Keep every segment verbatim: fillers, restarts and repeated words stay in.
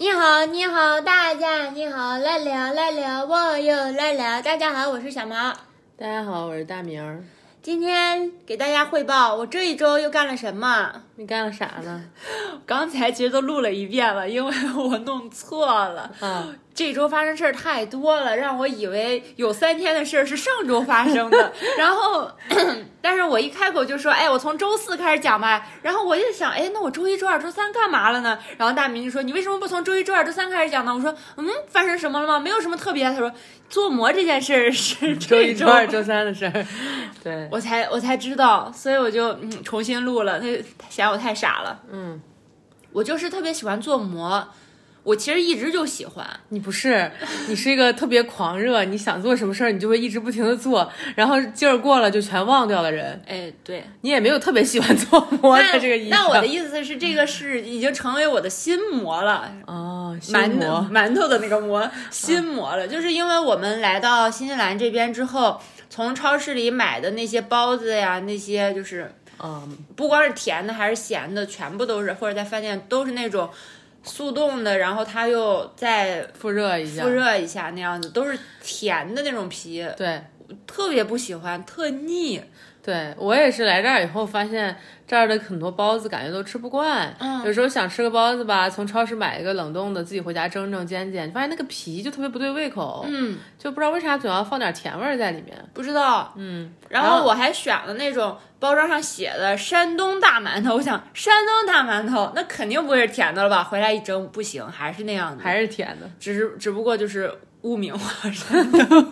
你好，你好，大家你好，来聊来聊，我又来聊。大家好，我是小毛。 大家好，我是大明儿。 今天给大家汇报我这一周又干了什么。 你干了啥呢？ 刚才其实都录了一遍了，因为我弄错了。 嗯， 这周发生事儿太多了，让我以为有三天的事儿是上周发生的。然后，但是我一开口就说，哎，我从周四开始讲吧。然后我就想，哎，那我周一、周二、周三干嘛了呢？然后大明就说，你为什么不从周一、周二、周三开始讲呢？我说，嗯，发生什么了吗？没有什么特别。他说，做膜这件事儿是周一、周二、周三的事儿。对， 我才我才知道，所以我就嗯重新录了。他嫌我太傻了。 嗯， 我就是特别喜欢做膜。我其实一直就喜欢。 你不是，你是一个特别狂热，你想做什么事儿，你就会一直不停的做，然后劲儿过了就全忘掉的人。 哎，对， 你也没有特别喜欢做膜的这个意思。 那我的意思是，这个是已经成为我的心魔了。 哦，心魔，馒头的那个膜，心魔了。就是因为我们来到新西兰这边之后，从超市里买的那些包子呀，那些就是， 嗯， 不光是甜的还是咸的，全部都是，或者在饭店都是那种速冻的，然后它又再复热一下， 复热一下那样子，都是甜的那种皮。 对， 特别不喜欢，特腻。 对，我也是来这儿以后发现这儿的很多包子感觉都吃不惯。 嗯， 有时候想吃个包子吧，从超市买一个冷冻的，自己回家蒸蒸煎煎，发现那个皮就特别不对胃口。 嗯， 就不知道为啥总要放点甜味儿在里面。 不知道。 嗯， 然后我还选了那种包装上写的山东大馒头，我想山东大馒头那肯定不会是甜的了吧？回来一蒸不行，还是那样的， 还是甜的， 只是只不过就是污名化山东。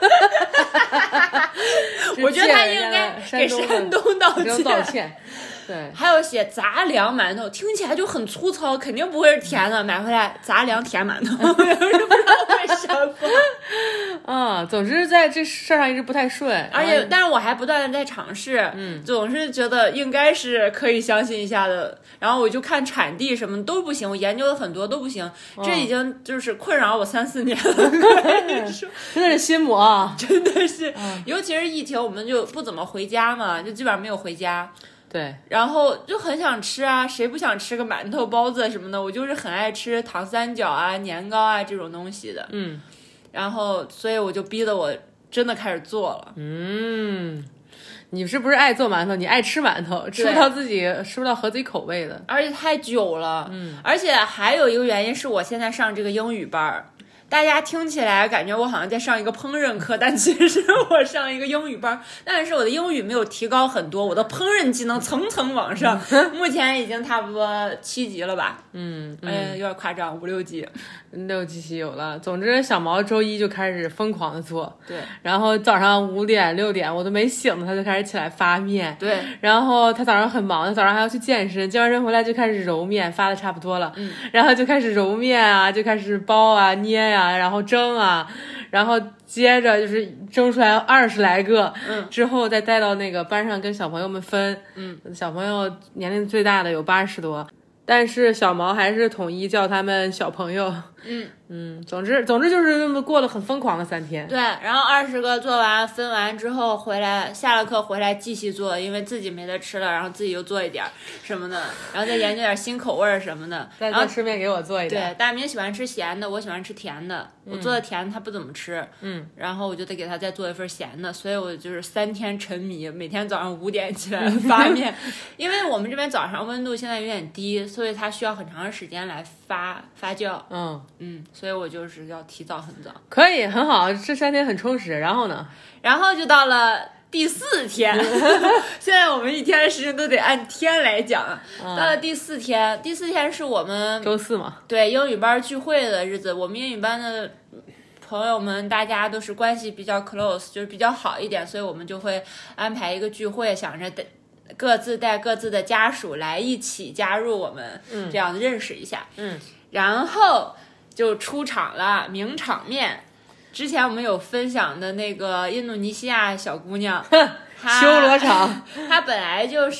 我觉得他应该给山东道歉。 道歉。对， 还有写杂粮馒头，听起来就很粗糙，肯定不会是甜的。买回来杂粮甜馒头，不知道为什么。 啊，总之在这事上一直不太顺， 而且，但是我还不断的在尝试， 嗯， 总是觉得应该是可以相信一下的。然后我就看产地什么都不行，我研究了很多都不行， 哦、 这已经就是困扰我三四年了。跟你说， 真的是心魔啊， 真的是， 嗯、 尤其是疫情，我们就不怎么回家嘛，就基本上没有回家。 对， 然后就很想吃啊，谁不想吃个馒头、包子什么的？我就是很爱吃糖三角啊、年糕啊这种东西的。 嗯， 然后所以我就逼得我真的开始做了。 嗯，你是不是爱做馒头？你爱吃馒头，吃不到自己吃不到合自己口味的， 而且太久了。 嗯， 而且还有一个原因是我现在上这个英语班。大家听起来感觉我好像在上一个烹饪课，但其实我上一个英语班，但是我的英语没有提高很多，我的烹饪技能层层往上，目前已经差不多七级了吧？ 嗯， 哎、嗯，有点夸张，五六级， 六级级有了。总之，小毛周一就开始疯狂的做， 对， 然后早上五点六点我都没醒呢，他就开始起来发面， 对， 然后他早上很忙，他早上还要去健身，健完身回来就开始揉面，发的差不多了， 嗯， 然后就开始揉面啊，就开始包啊、捏呀、啊，然后蒸啊，然后接着就是蒸出来二十来个， 嗯， 之后再带到那个班上跟小朋友们分， 嗯， 小朋友年龄最大的有八十多，但是小毛还是统一叫他们小朋友， 嗯嗯，总之总之就是那么过了很疯狂的三天。 对，然后二十个做完分完之后回来，下了课回来继续做，因为自己没得吃了，然后自己又做一点什么的，然后再研究点新口味什么的， 再再顺便给我做一点。 对，大明喜欢吃咸的，我喜欢吃甜的， 嗯、 我做的甜他不怎么吃， 嗯， 然后我就得给他再做一份咸的，所以我就是三天沉迷，每天早上五点起来发面，因为我们这边早上温度现在有点低，所以它需要很长时间来发发酵， 嗯嗯，所以我就是要提早很早。 可以，很好，这三天很充实。然后呢？ 然后就到了第四天，现在我们一天的时间都得按天来讲。嗯、到了第四天，第四天是我们周四嘛， 对英语班聚会的日子。我们英语班的朋友们，大家都是关系比较 close， 就是比较好一点，所以我们就会安排一个聚会，想着带各自带各自的家属来一起加入我们， 嗯， 这样认识一下。 嗯， 然后就出场了名场面。之前我们有分享的那个印度尼西亚小姑娘， 修罗场， 她本来就是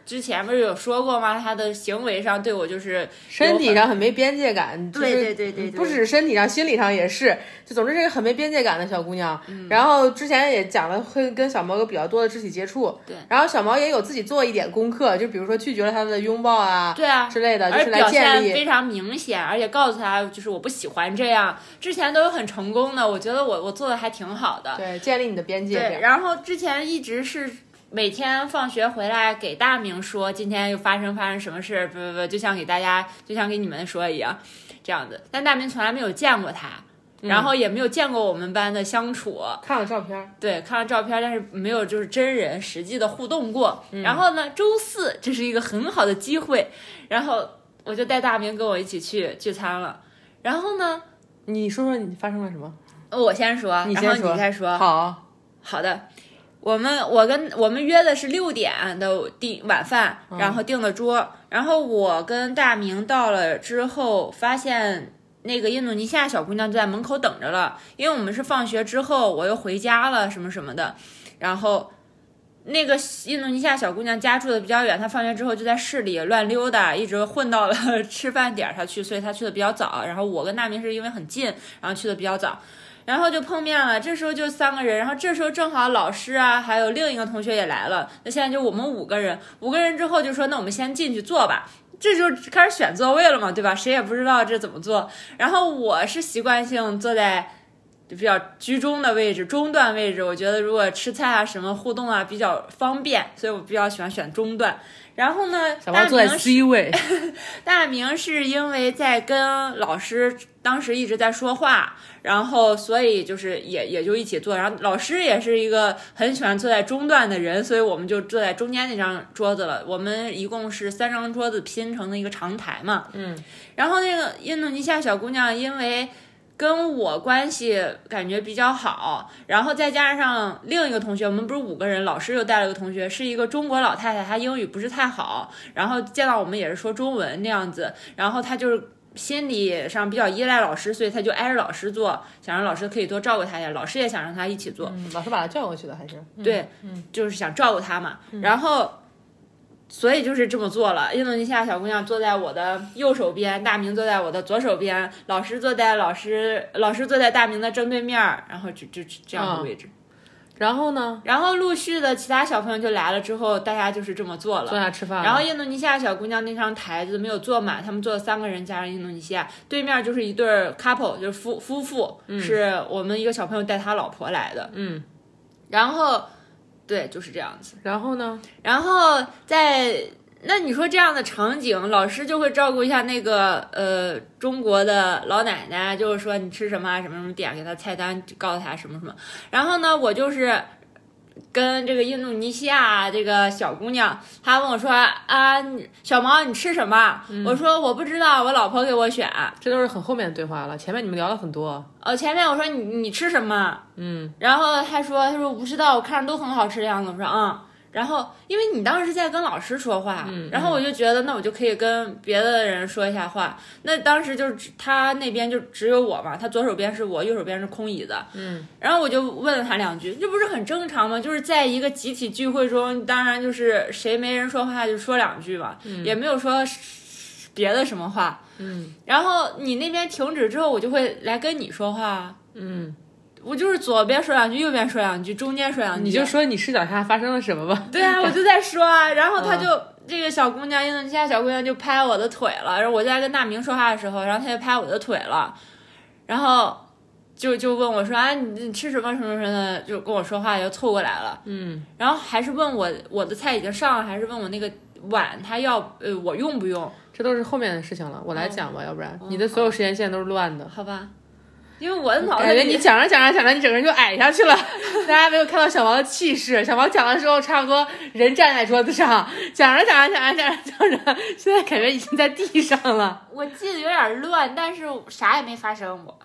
之前不是有说过吗？他的行为上对我就是身体上很没边界感， 对对对对对， 不只是身体上，心理上也是。就总之是一个很没边界感的小姑娘。 嗯、 然后之前也讲了，会跟小毛有比较多的肢体接触。 对。 然后小毛也有自己做一点功课，就比如说拒绝了他的拥抱啊， 对啊之类的，就是来表建立现非常明显，而且告诉他就是我不喜欢这样。之前都有很成功的，我觉得我我做的还挺好的。 对，建立你的边界。 对，然后之前一直是。每天放学回来给大明说今天又发生发生什么事，不不不，就像给大家就像给你们说一样，这样子。但大明从来没有见过他， 嗯、 然后也没有见过我们班的相处。 看了照片， 对，看了照片，但是没有就是真人实际的互动过。 嗯、 然后呢，周四这是一个很好的机会，然后我就带大明跟我一起去聚餐了。然后呢， 你说说你发生了什么？ 我先说， 你先说， 然后你再说。 好好的。我们我跟我们约的是六点的订晚饭，然后订的桌、嗯，然后我跟大明到了之后，发现那个印度尼西亚小姑娘就在门口等着了，因为我们是放学之后我又回家了什么什么的，然后那个印度尼西亚小姑娘家住的比较远，她放学之后就在市里乱溜达，一直混到了吃饭点她去，所以她去的比较早，然后我跟大明是因为很近，然后去的比较早。然后就碰面了，这时候就三个人，然后这时候正好老师啊，还有另一个同学也来了，那现在就我们五个人，五个人之后就说那我们先进去坐吧，这就开始选座位了嘛，对吧？谁也不知道这怎么做。然后我是习惯性坐在比较居中的位置，中段位置，我觉得如果吃菜啊什么互动啊比较方便，所以我比较喜欢选中段。然后呢， 小毛坐在 C 位， 大明是因为在跟老师当时一直在说话，然后所以就是也也就一起坐，然后老师也是一个很喜欢坐在中段的人，所以我们就坐在中间那张桌子了。我们一共是三张桌子拼成的一个长台嘛， 嗯， 然后那个印度尼西亚小姑娘因为跟我关系感觉比较好，然后再加上另一个同学，我们不是五个人，老师又带了个同学，是一个中国老太太，她英语不是太好，然后见到我们也是说中文那样子，然后她就是心理上比较依赖老师，所以她就挨着老师坐，想让老师可以多照顾她一下，老师也想让她一起坐， 嗯、老师把她叫过去的还是？ 嗯、对、 嗯， 就是想照顾她嘛， 嗯、 然后。所以就是这么做了。印度尼西亚小姑娘坐在我的右手边，大明坐在我的左手边，老师坐在老师老师坐在大明的正对面，然后就就这样的位置。 嗯、然后呢？ 然后陆续的其他小朋友就来了之后，大家就是这么做了， 坐下吃饭。 然后印度尼西亚小姑娘那张台子没有坐满，他们坐了三个人加上印度尼西亚，对面就是一对 couple， 就是夫夫妇、 嗯， 是我们一个小朋友带他老婆来的。 嗯， 然后。对，就是这样子。 然后呢？ 然后在那你说这样的场景，老师就会照顾一下那个呃中国的老奶奶，就是说你吃什么什么什么点给她菜单，告诉她什么什么。然后呢，我就是跟这个印度尼西亚这个小姑娘，她问我说啊，小毛你吃什么？嗯、我说我不知道，我老婆给我选。 这都是很后面的对话了，前面你们聊了很多。 哦，前面我说你你吃什么？ 嗯， 然后他说他说我不知道，我看着都很好吃的样子。我说嗯，然后因为你当时在跟老师说话， 嗯， 然后我就觉得那我就可以跟别的人说一下话。那当时就是他那边就只有我嘛，他左手边是我，右手边是空椅子。 嗯， 然后我就问了他两句，这不是很正常吗？就是在一个集体聚会中，当然就是谁没人说话就说两句嘛， 嗯、 也没有说别的什么话。 嗯， 然后你那边停止之后，我就会来跟你说话。 嗯， 我就是左边说两句，右边说两句，中间说两句。 你就说你视角下发生了什么吧。 对啊，我就在说啊，然后他就、嗯、这个小姑娘，印度尼西亚小姑娘就拍我的腿了，然后我在跟大明说话的时候，然后他就拍我的腿了，然后就就问我说啊，你你吃什么什么什么的，就跟我说话，就凑过来了。 嗯， 然后还是问我我的菜已经上了，还是问我那个碗他要呃我用不用？ 这都是后面的事情了，我来讲吧，嗯、要不然、嗯、你的所有时间线都是乱的。 好吧。因为我的脑子感觉你讲着讲着讲着，你整个人就矮下去了。大家没有看到小毛的气势，小毛讲的时候差不多人站在桌子上，讲着讲着讲着讲着讲着，现在感觉已经在地上了。 我记得有点乱，但是啥也没发生过。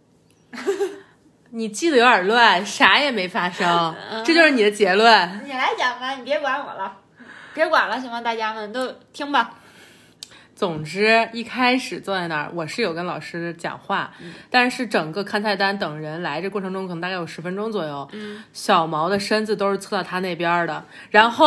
你记得有点乱，啥也没发生，嗯、这就是你的结论。 你来讲吧，你别管我了，别管了，行吗？大家们都听吧。 总之一开始坐在那儿，我是有跟老师讲话、嗯、但是整个看菜单等人来这过程中可能大概有十分钟左右、 嗯、 小毛的身子都是侧到他那边的，然后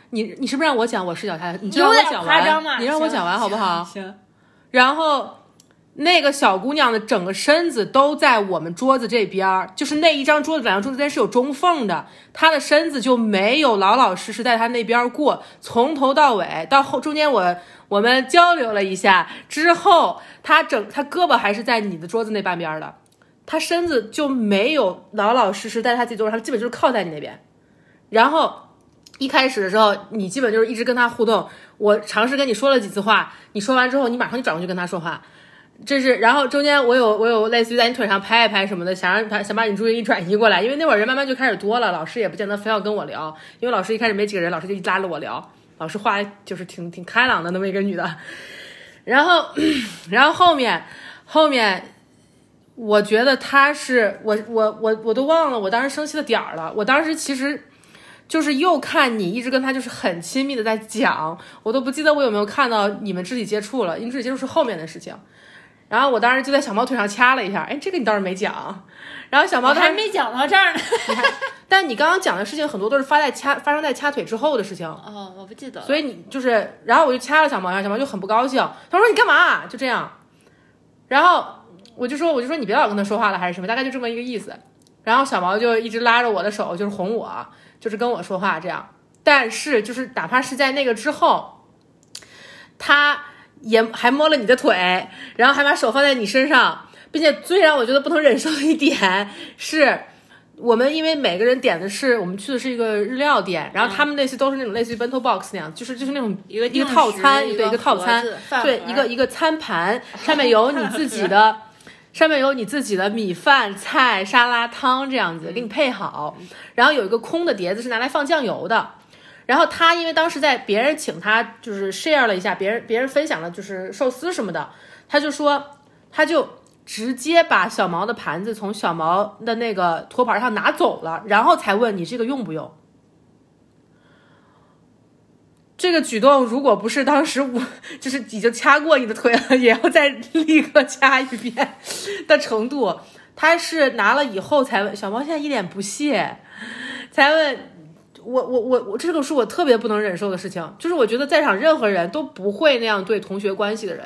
你你是不是让我讲我视角下，你就让我讲完，你让我讲完好不好？ 行。 然后那个小姑娘的整个身子都在我们桌子这边，就是那一张桌子两张桌子之间是有中缝的，她的身子就没有老老实实在她那边过，从头到尾到后中间我我们交流了一下之后，她整她胳膊还是在你的桌子那半边的，她身子就没有老老实实在她自己桌上，她基本就是靠在你那边。然后一开始的时候你基本就是一直跟她互动，我尝试跟你说了几次话，你说完之后你马上就转过去跟她说话，这是，然后中间我有我有类似于在你腿上拍一拍什么的，想让他想把你注意力转移过来，因为那会儿人慢慢就开始多了，老师也不见得非要跟我聊，因为老师一开始没几个人，老师就一直拉着我聊，老师话就是挺挺开朗的那么一个女的，然后然后后面后面我觉得她是我我我我都忘了我当时生气的点儿了，我当时其实就是又看你一直跟他就是很亲密的在讲，我都不记得我有没有看到你们肢体接触了，因为肢体接触是后面的事情。然后我当时就在小猫腿上掐了一下，哎，这个你倒是没讲。然后小猫还没讲到这儿呢， 但你刚刚讲的事情很多都是发在掐发生在掐腿之后的事情。 哦，我不记得了。 所以你就是，然后我就掐了小猫一下，小猫就很不高兴，他说你干嘛？就这样。然后我就说我就说你别老跟他说话了还是什么，大概就这么一个意思。然后小毛就一直拉着我的手，就是哄我，就是跟我说话这样。但是就是哪怕是在那个之后，他也还摸了你的腿，然后还把手放在你身上，并且最让我觉得不能忍受的一点是，我们因为每个人点的是我们去的是一个日料店，然后他们类似都是那种类似于 bento box 那样，就是就是那种一个一个套餐， 对， 一个套餐，对，一个一个餐盘，上面有你自己的。上面有你自己的米饭、菜、沙拉、汤这样子给你配好，然后有一个空的碟子是拿来放酱油的。然后他因为当时在别人请他就是 share 了一下，别人别人分享了就是寿司什么的，他就说他就直接把小毛的盘子从小毛的那个托盘上拿走了，然后才问你这个用不用。这个举动如果不是当时我就是已经掐过你的腿了，也要再立刻掐一遍的程度，他是拿了以后才问。小毛现在一脸不屑，才问我我我我这个是我特别不能忍受的事情，就是我觉得在场任何人都不会那样对同学关系的人。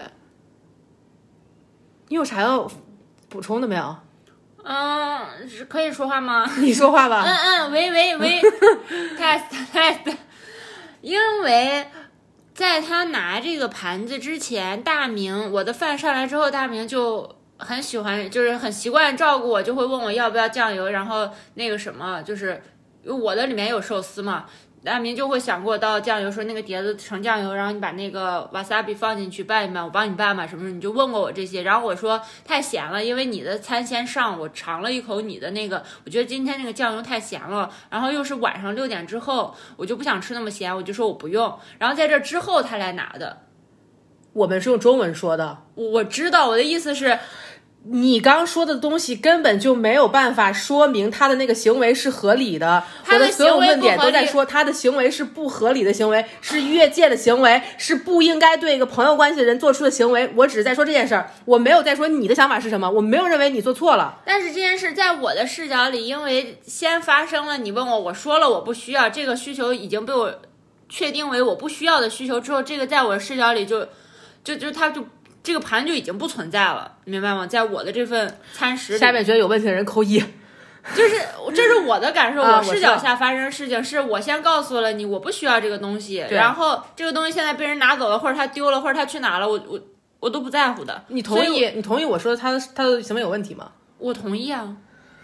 你有啥要补充的没有？ 嗯，可以说话吗？ 你说话吧。 嗯嗯，喂喂喂，test test。因为在他拿这个盘子之前，大明我的饭上来之后，大明就很喜欢，就是很习惯照顾我，就会问我要不要酱油，然后那个什么，就是我的里面有寿司嘛，大明就会想过倒酱油，说那个碟子盛酱油，然后你把那个 wasabi 放进去拌一拌，我帮你拌吧什么什么，你就问过我这些，然后我说太咸了，因为你的餐先上，我尝了一口你的那个，我觉得今天那个酱油太咸了，然后又是晚上六点之后，我就不想吃那么咸，我就说我不用，然后在这之后他来拿的。 我们是用中文说的， 我知道，我的意思是你刚说的东西根本就没有办法说明他的那个行为是合理的，我的所有论点都在说他的行为是不合理的行为，是越界的行为，是不应该对一个朋友关系的人做出的行为。我只是在说这件事儿，我没有在说你的想法是什么，我没有认为你做错了。 但是这件事在我的视角里，因为先发生了，你问我，我说了我不需要，这个需求已经被我确定为我不需要的需求之后，这个在我的视角里就就就他就这个盘就已经不存在了，明白吗？在我的这份餐食里， 下面觉得有问题的人扣一， 就是这是我的感受。 啊、 我视角下发生的事情是我先告诉了你我不需要这个东西，然后这个东西现在被人拿走了，或者他丢了，或者他去哪了，我我我都不在乎的。 你同意？你同意我说他的他的行为有问题吗？ 我同意啊。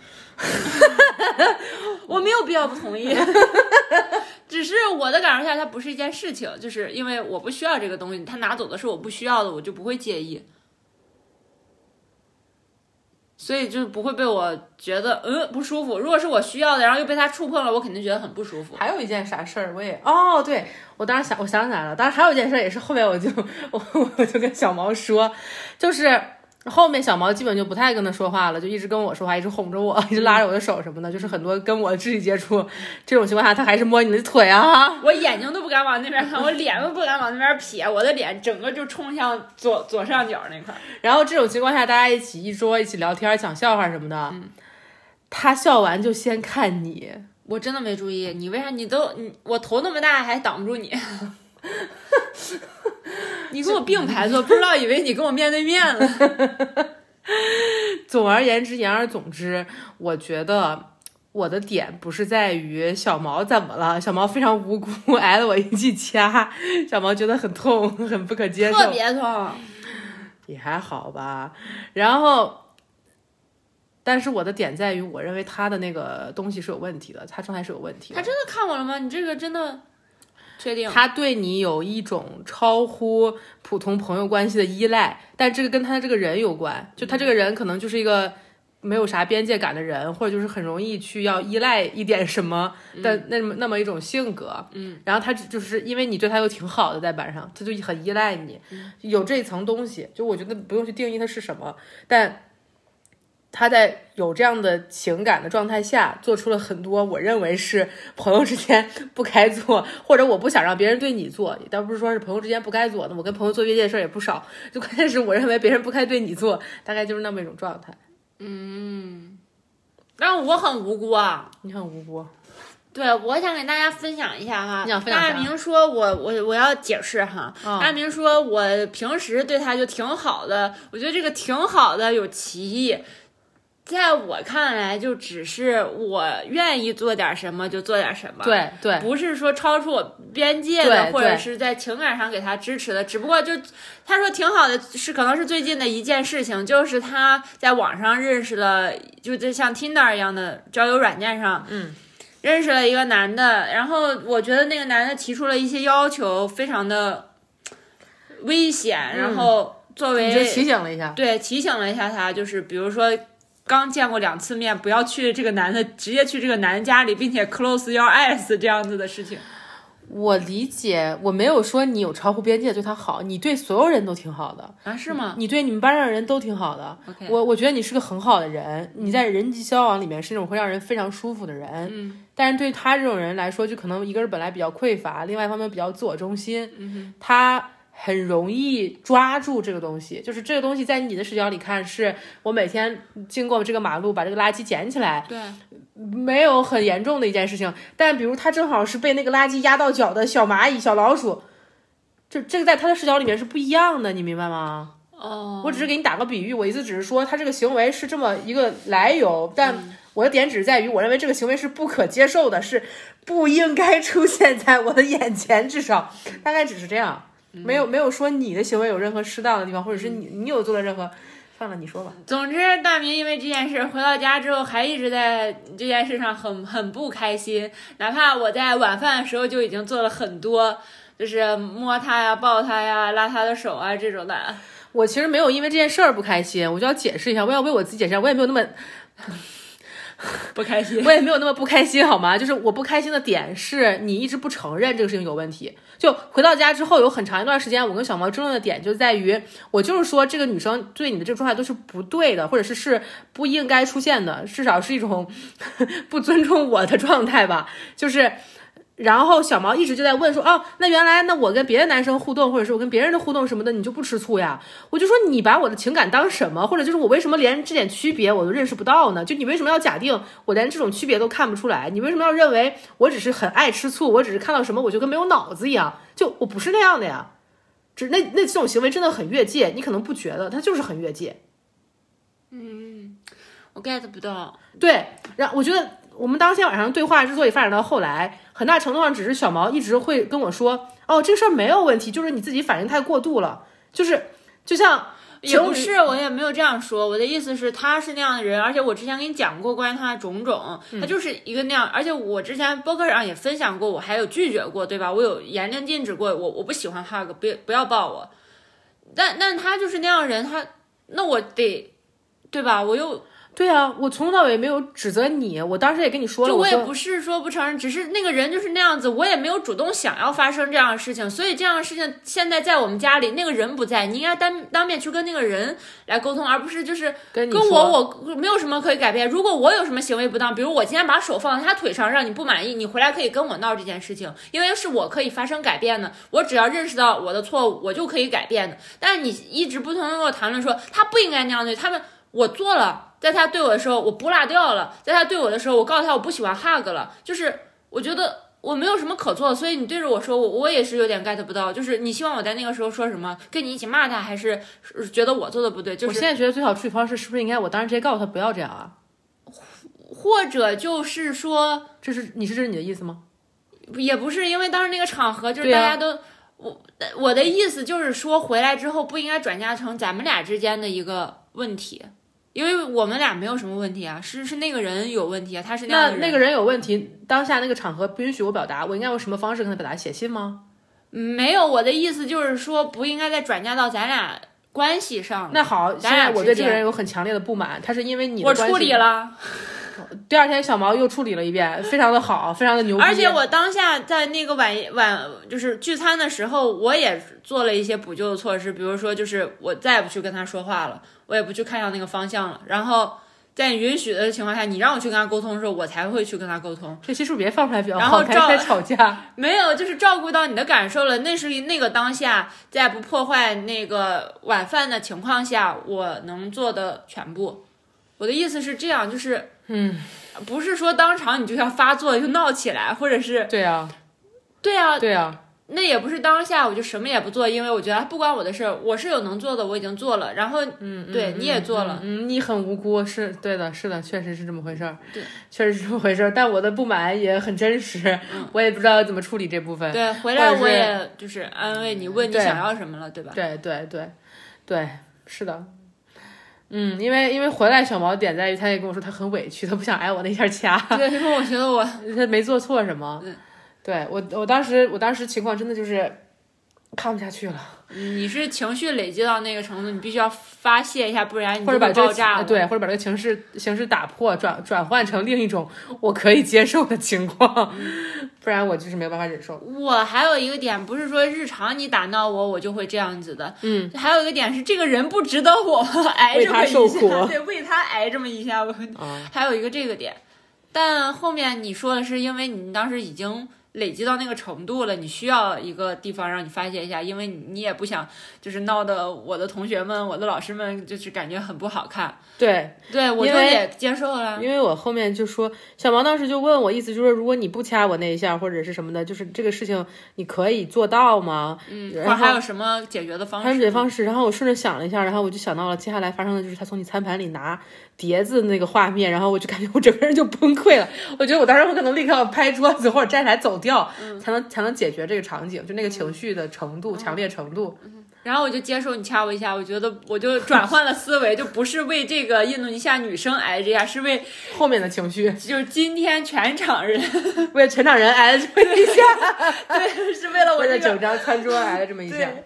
我没有必要不同意。只是我的感受下，它不是一件事情，就是因为我不需要这个东西，他拿走的是我不需要的，我就不会介意，所以就不会被我觉得嗯不舒服。如果是我需要的，然后又被他触碰了，我肯定觉得很不舒服。 还有一件啥事儿，我也哦，对我当时想，我想起来了，当时还有一件事也是后面我就我我就跟小毛说，就是后面小毛基本就不太跟他说话了，就一直跟我说话，一直哄着我，一直拉着我的手什么的，就是很多跟我的肢体接触，这种情况下他还是摸你的腿啊， 我眼睛都不敢往那边看，我脸都不敢往那边撇，我的脸整个就冲向左左上角那块。 然后这种情况下大家一起一桌一起聊天讲笑话什么的、嗯、他笑完就先看你， 我真的没注意，你为啥你都你我头那么大还挡不住你？你跟我并排坐，不知道以为你跟我面对面了。 总而言之，言而总之，我觉得我的点不是在于小毛怎么了，小毛非常无辜，挨了我一记掐，小毛觉得很痛，很不可接受， 特别痛。 也还好吧。然后。但是我的点在于，我认为他的那个东西是有问题的，他状态是有问题的。 他真的看我了吗？你这个真的确定？ 他对你有一种超乎普通朋友关系的依赖，但这个跟他这个人有关。就他这个人可能就是一个没有啥边界感的人，或者就是很容易去要依赖一点什么的那么、嗯、那么一种性格。嗯，然后他就是因为你对他又挺好的，在班上他就很依赖你，嗯、有这一层东西。就我觉得不用去定义它是什么，但。他在有这样的情感的状态下，做出了很多我认为是朋友之间不该做，或者我不想让别人对你做，倒不是说是朋友之间不该做的。我跟朋友做越界的事儿也不少，就关键是我认为别人不该对你做，大概就是那么一种状态。 嗯，但我很无辜啊， 你很无辜。 对，我想给大家分享一下哈。 你想分享啥？ 大明说我我我要解释哈。 嗯、 大明说我平时对他就挺好的，我觉得这个挺好的有歧义。在我看来，就只是我愿意做点什么就做点什么， 对对， 不是说超出我边界的，或者是在情感上给他支持的。只不过就他说挺好的，是可能是最近的一件事情，就是他在网上认识了，就在像 Tinder 一样的交友软件上， 嗯， 认识了一个男的，然后我觉得那个男的提出了一些要求，非常的危险， 嗯、 然后作为你就提醒了一下， 对，提醒了一下他，就是比如说。刚见过两次面，不要去这个男的，直接去这个男的家里，并且 close your eyes 这样子的事情。 我理解，我没有说你有超乎边界对他好，你对所有人都挺好的啊？是吗？ 你对你们班上的人都挺好的。 Okay. 我我觉得你是个很好的人，你在人际交往里面是那种会让人非常舒服的人。 嗯， 但是对他这种人来说，就可能一个人本来比较匮乏，另外一方面比较自我中心。 嗯， 他。很容易抓住这个东西，就是这个东西在你的视角里看，是我每天经过这个马路把这个垃圾捡起来， 对， 没有很严重的一件事情。但比如他正好是被那个垃圾压到脚的小蚂蚁、小老鼠，就这个在他的视角里面是不一样的，你明白吗？ 哦， 我只是给你打个比喻，我意思只是说他这个行为是这么一个来由，但我的点只是在于，我认为这个行为是不可接受的，是不应该出现在我的眼前，至少大概只是这样。没有没有说你的行为有任何适当的地方，或者是你你有做了任何，算了，你说吧。 总之，大明因为这件事回到家之后，还一直在这件事上很很不开心。哪怕我在晚饭的时候就已经做了很多，就是摸他呀、抱他呀、拉他的手啊这种的。 我其实没有因为这件事儿不开心，我就要解释一下，我要为我自己解释一下，我也没有那么。 不开心， 我也没有那么不开心好吗？就是我不开心的点是你一直不承认这个事情有问题。就回到家之后有很长一段时间，我跟小毛争论的点就在于，我就是说这个女生对你的这个状态都是不对的，或者是是不应该出现的，至少是一种不尊重我的状态吧。就是然后小毛一直就在问说，哦，那原来那我跟别的男生互动，或者是我跟别人的互动什么的，你就不吃醋呀？我就说你把我的情感当什么？或者就是我为什么连这点区别我都认识不到呢？就你为什么要假定我连这种区别都看不出来？你为什么要认为我只是很爱吃醋？我只是看到什么我就跟没有脑子一样？就我不是那样的呀，只那那这种行为真的很越界，你可能不觉得，它就是很越界。 嗯，我 get 不到。 对，然后我觉得。我们当天晚上对话之所以发展到后来，很大程度上只是小毛一直会跟我说，哦，这个事儿没有问题，就是你自己反应太过度了，就是就像也不是，我也没有这样说，我的意思是他是那样的人，而且我之前跟你讲过关于他的种种，他就是一个那样，而且我之前播客上也分享过，我还有拒绝过，对吧？我有严令禁止过，我我不喜欢 hug， 不不要抱我，但但他就是那样的人，他那我得，对吧？我又。 对啊，我从头到尾没有指责你，我当时也跟你说了， 就我也不是说不承认，只是那个人就是那样子，我也没有主动想要发生这样的事情，所以这样的事情现在在我们家里，那个人不在，你应该当当面去跟那个人来沟通，而不是就是跟跟我我没有什么可以改变。如果我有什么行为不当，比如我今天把手放在他腿上让你不满意，你回来可以跟我闹这件事情，因为是我可以发生改变的，我只要认识到我的错误，我就可以改变的。但是你一直不停的跟我谈论说他不应该那样对他们，我做了。 在他对我的时候我不拉掉了，在他对我的时候我告诉他我不喜欢 hug 了，就是我觉得我没有什么可做的，所以你对着我说我我也是有点 get 不到，就是你希望我在那个时候说什么，跟你一起骂他，还是觉得我做的不对？就是我现在觉得最好处理方式是不是应该我当时直接告诉他不要这样啊？ 或者就是说， 这是你是这是你的意思吗？ 也不是，因为当时那个场合就是大家都、啊、我我的意思就是说回来之后不应该转嫁成咱们俩之间的一个问题。因为我们俩没有什么问题啊，是是那个人有问题啊，他是那样的人。 那那个人有问题，当下那个场合不允许我表达，我应该用什么方式跟他表达？写信吗？ 没有，我的意思就是说不应该再转嫁到咱俩关系上。 那好，现在我对这个人有很强烈的不满，他是因为你的我处理了。 第二天小毛又处理了一遍，非常的好，非常的牛逼。 而且我当下在那个晚晚就是聚餐的时候，我也做了一些补救的措施，比如说就是我再也不去跟他说话了，我也不去看向那个方向了，然后在允许的情况下，你让我去跟他沟通的时候，我才会去跟他沟通。 这期是不是别放出来比较好？ 然后照吵架没有，就是照顾到你的感受了。那是那个当下，在不破坏那个晚饭的情况下，我能做的全部。我的意思是这样，就是嗯。 不是说当场你就要发作就闹起来，或者是对啊， 对啊， 对啊， 那也不是当下我就什么也不做，因为我觉得不关我的事，我是有能做的，我已经做了，然后嗯， 对嗯你也做了， 嗯，你很无辜，是对的，是的，确实是这么回事儿， 对， 确实是这么回事儿，但我的不满也很真实，嗯、我也不知道怎么处理这部分。 对，回来我也就是安慰你，问你想要什么了，对吧？ 对对对对，是的。嗯，因为因为回来小毛点在于，他也跟我说他很委屈，他不想挨我那下掐。 对，因为我觉得我他没做错什么。 嗯、 对我我当时我当时情况真的就是看不下去了。 你是情绪累积到那个程度，你必须要发泄一下，不然你就会爆炸了。 对，或者把这个情绪形式打破，转转换成另一种我可以接受的情况，嗯、不然我就是没有办法忍受。 我还有一个点，不是说日常你打闹我，我就会这样子的。 嗯， 还有一个点是，这个人不值得我挨这么一下， 为他受苦， 对，为他挨这么一下。我、 嗯、 还有一个这个点，但后面你说的是因为你当时已经累积到那个程度了，你需要一个地方让你发泄一下，因为你也不想就是闹得我的同学们、我的老师们就是感觉很不好看。 对对，我就也接受了。 因为我后面就说，小毛当时就问我，意思就是说，如果你不掐我那一下或者是什么的，就是这个事情你可以做到吗？ 嗯，或者还有什么解决的方式？ 还有解决方式。然后我顺着想了一下，然后我就想到了接下来发生的就是他从你餐盘里拿碟子那个画面，然后我就感觉我整个人就崩溃了。我觉得我当时我可能立刻要拍桌子或者站起来走掉，嗯、才能才能解决这个场景，就那个情绪的程度、嗯、强烈程度。 嗯然后我就接受你掐我一下，我觉得我就转换了思维，就不是为这个印度尼西亚女生挨这下，是为后面的情绪， 就是今天全场人为全场人挨了这么一下， 对，是为了我、这个、 为了整张餐桌挨了这么一下。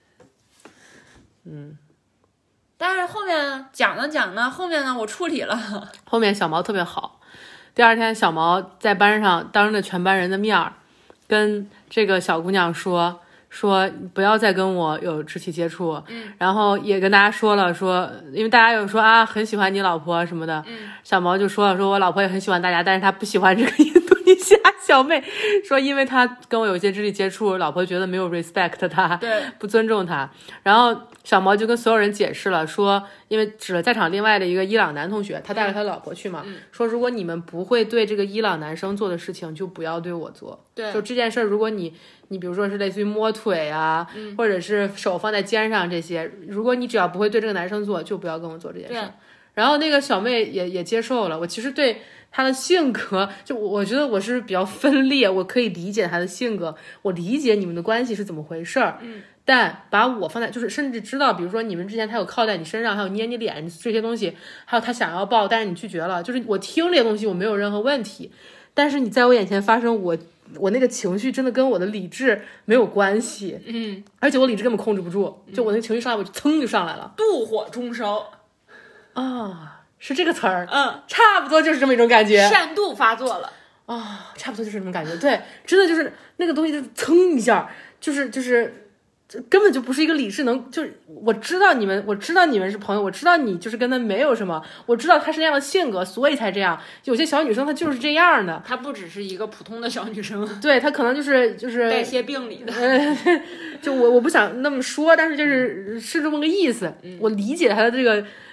嗯， 但是后面讲呢讲呢，后面呢我处理了。 后面小毛特别好，第二天小毛在班上当着全班人的面儿，跟这个小姑娘说。说不要再跟我有肢体接触， 嗯， 然后也跟大家说了说，因为大家有说啊很喜欢你老婆什么的， 嗯， 小毛就说了说我老婆也很喜欢大家，但是她不喜欢这个印度尼西亚小妹，说因为她跟我有一些肢体接触，老婆觉得没有 respect 她， 对， 不尊重她。然后小毛就跟所有人解释了，说因为指了在场另外的一个伊朗男同学，他带着他老婆去嘛， 嗯、 说如果你们不会对这个伊朗男生做的事情，就不要对我做。 对， 就这件事儿，如果你你比如说是类似于摸腿啊， 嗯、 或者是手放在肩上这些，如果你只要不会对这个男生做，就不要跟我做这件事。然后那个小妹也也接受了。我其实对她的性格，就我觉得我是比较分裂，我可以理解她的性格，我理解你们的关系是怎么回事儿。 嗯。 但把我放在就是甚至知道，比如说你们之前他有靠在你身上，还有捏你脸这些东西，还有他想要抱，但是你拒绝了，就是我听这些东西我没有任何问题，但是你在我眼前发生，我我那个情绪真的跟我的理智没有关系， 嗯， 而且我理智根本控制不住，就我那个情绪上来我就噌就上来了， 妒火中烧啊、哦，是这个词儿， 嗯， 差不多就是这么一种感觉， 善妒发作了啊、哦，差不多就是这种感觉，对，真的就是那个东西就噌一下，就是就是。根本就不是一个理智能，就是我知道你们，我知道你们是朋友，我知道你就是跟他没有什么，我知道他是那样的性格，所以才这样。有些小女生她就是这样的， 她不只是一个普通的小女生， 对她可能就是就是代谢病理的。 呃，就我我不想那么说，但是就是是这么个意思。 嗯、 我理解她的这个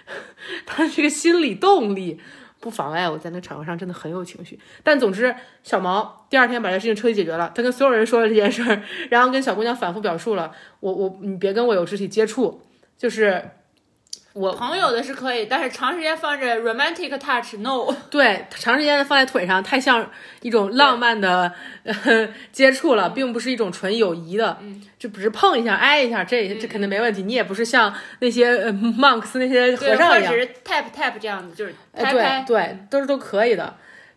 他这个心理动力不妨碍我在那个场合上真的很有情绪。但总之，小毛第二天把这事情彻底解决了，他跟所有人说了这件事儿，然后跟小姑娘反复表述了，我我你别跟我有肢体接触，就是我朋友的是可以，但是长时间放着 romantic touch no。 对，长时间的放在腿上，太像一种浪漫的、呃、接触了，并不是一种纯友谊的，嗯、就只是碰一下、挨一下，这这肯定没问题。嗯、你也不是像那些、呃、monks 那些和尚一样， 或者是 tap tap 这样的，就是拍拍， 呃、对对，都是都可以的。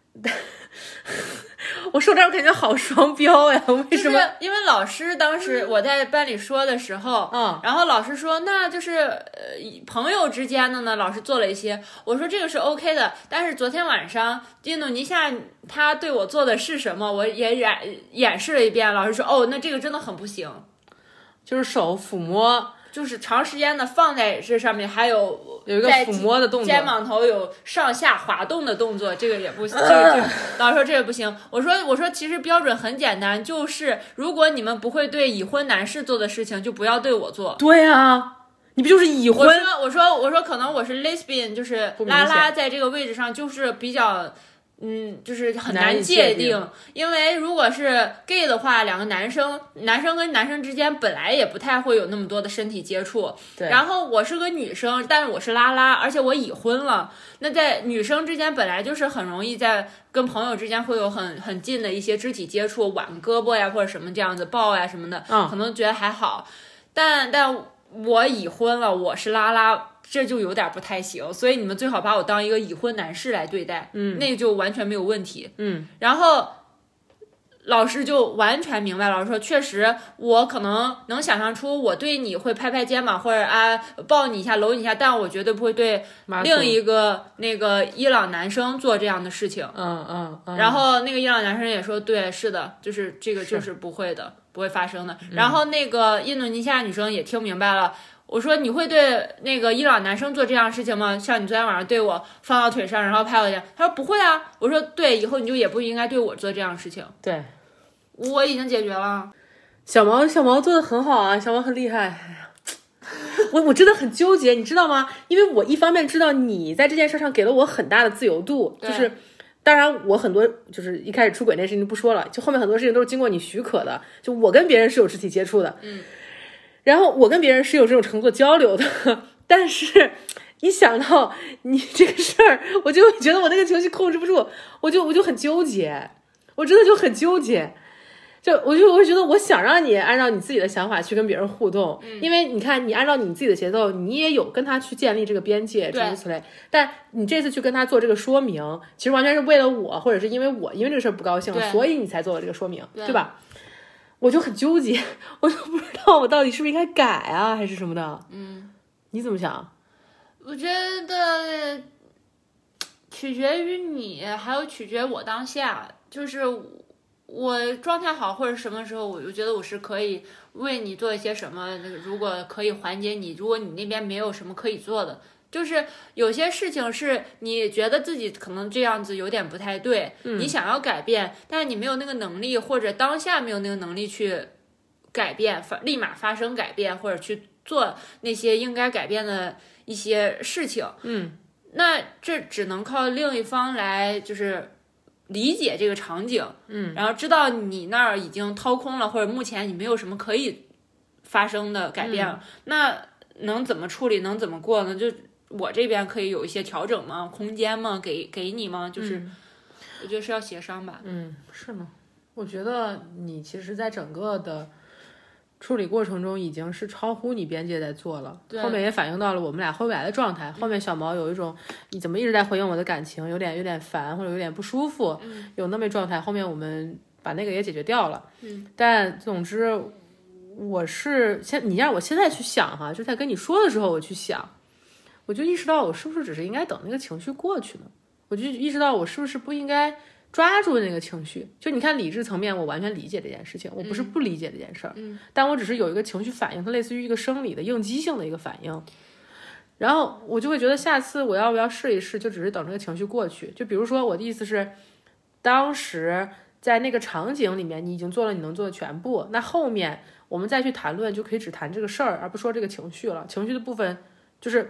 我说这我感觉好双标呀，为什么？ 就是因为老师当时我在班里说的时候， 嗯， 然后老师说那就是呃朋友之间的呢，老师做了一些，我说这个是 OK 的，但是昨天晚上印度尼西亚他对我做的是什么，我也演演示了一遍，老师说哦，那这个真的很不行， 就是手抚摸。 就是长时间的放在这上面，还有有一个抚摸的动作， 肩膀头有上下滑动的动作，这个也不行。这个这个，老师说这个不行。我说我说其实标准很简单，就是如果你们不会对已婚男士做的事情，就不要对我做。 对啊，你不就是已婚？ 我说我说我说可能我是 lesbian， 就是拉拉在这个位置上就是比较。嗯，就是很难界定，定因为如果是 gay 的话，两个男生，男生跟男生之间本来也不太会有那么多的身体接触。 对。 然后我是个女生，但是我是拉拉，而且我已婚了。那在女生之间本来就是很容易在跟朋友之间会有很很近的一些肢体接触，挽胳膊呀或者什么这样子抱呀什么的， 嗯， 可能觉得还好。但但我已婚了，我是拉拉。这就有点不太行，所以你们最好把我当一个已婚男士来对待， 嗯， 那就完全没有问题， 嗯。 然后老师就完全明白，老师说确实，我可能能想象出我对你会拍拍肩膀或者啊抱你一下、搂你一下，但我绝对不会对另一个那个伊朗男生做这样的事情。 嗯嗯嗯。 然后那个伊朗男生也说，对，是的，就是这个就是不会的，不会发生的。 嗯、 然后那个印度尼西亚女生也听明白了。我说你会对那个伊朗男生做这样的事情吗？像你昨天晚上对我放到腿上，然后拍我一下。他说不会啊。我说对，以后你就也不应该对我做这样的事情。 对， 我已经解决了。 小毛小毛做的很好啊，小毛很厉害。我我真的很纠结，你知道吗？因为我一方面知道你在这件事上给了我很大的自由度，就是当然我很多就是一开始出轨那事情就不说了，就后面很多事情都是经过你许可的，就我跟别人是有肢体接触的， 嗯。 然后我跟别人是有这种程度交流的，但是一想到你这个事儿，我就觉得我那个情绪控制不住，我就我就很纠结，我真的就很纠结，就我就我就觉得我想让你按照你自己的想法去跟别人互动， 嗯、 因为你看你按照你自己的节奏，你也有跟他去建立这个边界，诸如此类。但你这次去跟他做这个说明，其实完全是为了我，或者是因为我因为这个事儿不高兴，所以你才做了这个说明， 对, 对吧？我就很纠结，我就不知道我到底是不是应该改啊，还是什么的。 嗯， 你怎么想？ 我觉得取决于你，还有取决我当下。就是我状态好或者什么时候，我就觉得我是可以为你做一些什么。如果可以缓解你，如果你那边没有什么可以做的。就是有些事情是你觉得自己可能这样子有点不太对， 嗯、 你想要改变，但是你没有那个能力，或者当下没有那个能力去改变，发立马发生改变，或者去做那些应该改变的一些事情。 嗯， 那这只能靠另一方来，就是理解这个场景， 嗯， 然后知道你那儿已经掏空了，或者目前你没有什么可以发生的改变了， 嗯、 那能怎么处理，能怎么过呢？就我这边可以有一些调整吗？空间吗？给给你吗？就是、 嗯、 我觉得是要协商吧。 嗯，是吗？我觉得你其实在整个的处理过程中已经是超乎你边界在做了，后面也反映到了我们俩后来的状态。后面小毛有一种你怎么一直在回应我的感情，有点有点烦或者有点不舒服， 嗯、 有那么状态。后面我们把那个也解决掉了。 嗯， 但总之我是现你让我现在去想哈，就在跟你说的时候我去想。我就意识到我是不是只是应该等那个情绪过去呢？我就意识到我是不是不应该抓住那个情绪。就你看理智层面我完全理解这件事情，我不是不理解这件事儿、 嗯、 但我只是有一个情绪反应，它类似于一个生理的应激性的一个反应，然后我就会觉得下次我要不要试一试，就只是等这个情绪过去。就比如说我的意思是当时在那个场景里面你已经做了你能做的全部，那后面我们再去谈论就可以只谈这个事儿，而不说这个情绪了。情绪的部分就是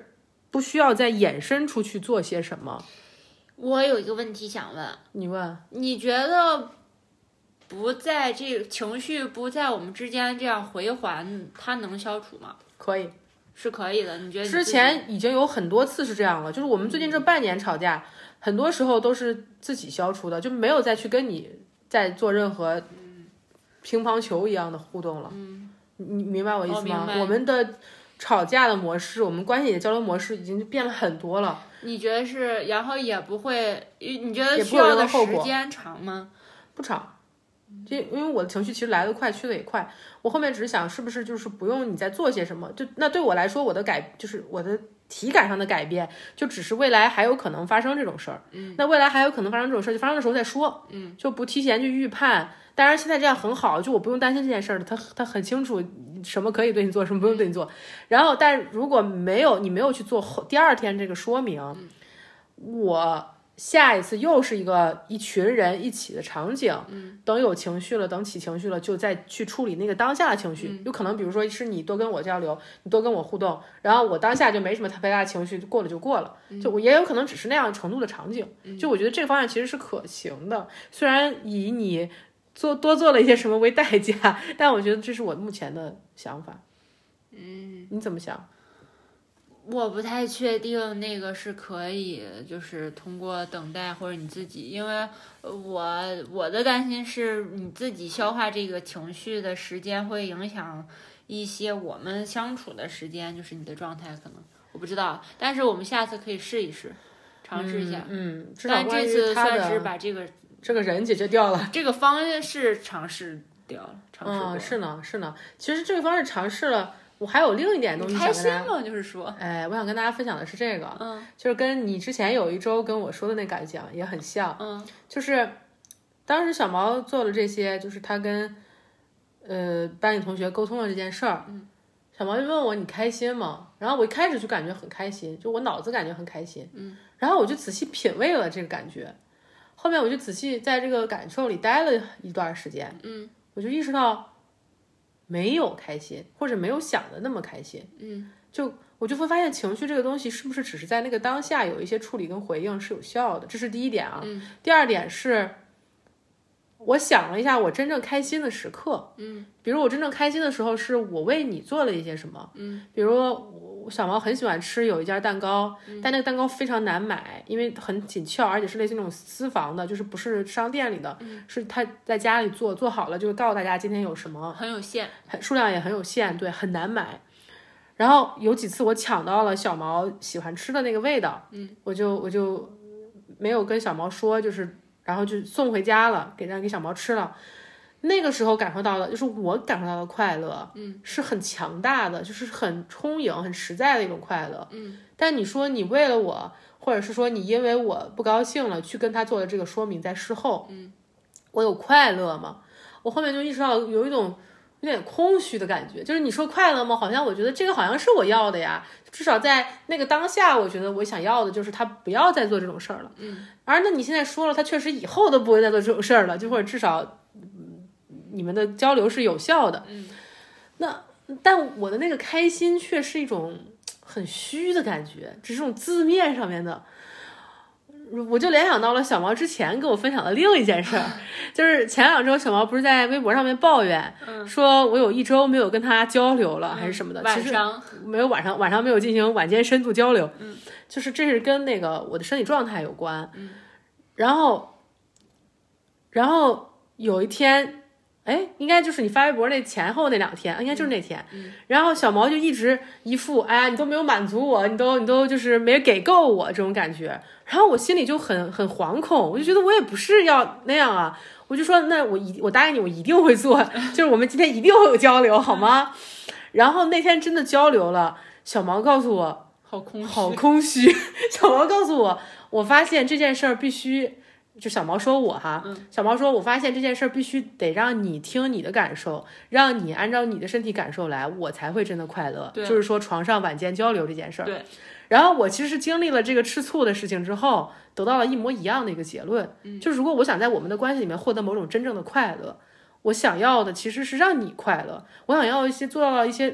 不需要再衍生出去做些什么。 我有一个问题想问， 你问， 你觉得不在这个情绪不在我们之间这样回环，它能消除吗？ 可以， 是可以的。你觉得你之前已经有很多次是这样了，就是我们最近这半年吵架，很多时候都是自己消除的，就没有再去跟你再做任何乒乓球一样的互动了。嗯，你明白我意思吗？ 我, 我们的吵架的模式，我们关系的交流模式已经变了很多了。 你觉得是，然后也不会，你觉得需要的时间长吗？ 不长，就因为我的情绪其实来得快，去得也快。我后面只是想，是不是就是不用你再做些什么？就那对我来说，我的改就是我的体感上的改变，就只是未来还有可能发生这种事儿。嗯，那未来还有可能发生这种事儿，就发生的时候再说。嗯，就不提前去预判。当然现在这样很好，就我不用担心这件事儿，他他很清楚什么可以对你做，什么不用对你做。然后，但如果没有你没有去做后第二天这个说明，嗯、我下一次又是一个一群人一起的场景，嗯、等有情绪了，等起情绪了，就再去处理那个当下的情绪。嗯、有可能比如说是你多跟我交流，你多跟我互动，然后我当下就没什么特别大的情绪，过了就过了。嗯、就我也有可能只是那样程度的场景。嗯、就我觉得这个方案其实是可行的，虽然以你做多做了一些什么为代价，但我觉得这是我目前的想法。嗯，你怎么想？ 我不太确定那个是可以，就是通过等待或者你自己，因为我我的担心是你自己消化这个情绪的时间会影响一些我们相处的时间，就是你的状态可能我不知道，但是我们下次可以试一试，尝试一下。 嗯，嗯但这次算是把这个这个人解决掉了， 这个方式尝试掉了，尝试过。 嗯，是呢，是呢。其实这个方式尝试了。我还有另一点东西想跟大家， 开心吗？就是说， 哎，我想跟大家分享的是这个， 嗯， 就是跟你之前有一周跟我说的那感想也很像， 嗯， 就是当时小毛做了这些，就是他跟呃班里同学沟通了这件事儿， 嗯， 小毛就问我你开心吗？然后我一开始就感觉很开心，就我脑子感觉很开心， 嗯， 然后我就仔细品味了这个感觉，后面我就仔细在这个感受里待了一段时间， 嗯， 我就意识到。没有开心，或者没有想的那么开心， 嗯， 就我就会发现情绪这个东西是不是只是在那个当下有一些处理跟回应是有效的，这是第一点啊。 嗯， 第二点是，我想了一下我真正开心的时刻， 嗯， 比如我真正开心的时候是我为你做了一些什么， 嗯， 比如我小毛很喜欢吃有一家蛋糕，嗯、但那个蛋糕非常难买，因为很紧俏，而且是类似那种私房的，就是不是商店里的， 嗯、 是他在家里做，做好了就告诉大家今天有什么， 很有限， 很数量也很有限，对，很难买。然后有几次我抢到了小毛喜欢吃的那个味道， 嗯， 我就我就没有跟小毛说，就是然后就送回家了，给让给小毛吃了。那个时候感受到的，就是我感受到的快乐， 嗯， 是很强大的，就是很充盈、很实在的一种快乐， 嗯。 但你说你为了我，或者是说你因为我不高兴了去跟他做了这个说明，在事后， 嗯， 我有快乐吗？我后面就意识到有一种有点空虚的感觉，就是你说快乐吗？好像我觉得这个好像是我要的呀，至少在那个当下，我觉得我想要的就是他不要再做这种事儿了， 嗯。 而那你现在说了，他确实以后都不会再做这种事儿了，就或者至少。你们的交流是有效的， 嗯， 那但我的那个开心却是一种很虚的感觉，只是这种字面上面的，我就联想到了小毛之前跟我分享的另一件事儿，就是前两周小毛不是在微博上面抱怨， 嗯， 说我有一周没有跟他交流了，嗯、还是什么的， 晚上没有晚上晚上没有进行晚间深度交流， 嗯， 就是这是跟那个我的身体状态有关， 嗯， 然后，然后有一天。哎，应该就是你发微博那前后那两天，应该就是那天。 嗯， 然后小毛就一直一副哎呀，你都没有满足我，你都你都就是没给够我这种感觉。然后我心里就很很惶恐，我就觉得我也不是要那样啊，我就说那我一我答应你，我一定会做，就是我们今天一定会有交流，好吗？然后那天真的交流了，小毛告诉我好空虚， 好空虚。小毛告诉我，我发现这件事儿必须。就小毛说我哈， 嗯、 小毛说我发现这件事儿必须得让你听你的感受，让你按照你的身体感受来，我才会真的快乐。就是说床上晚间交流这件事儿。 对。 然后我其实是经历了这个吃醋的事情之后，得到了一模一样的一个结论， 嗯、 就是如果我想在我们的关系里面获得某种真正的快乐，我想要的其实是让你快乐，我想要一些做到一些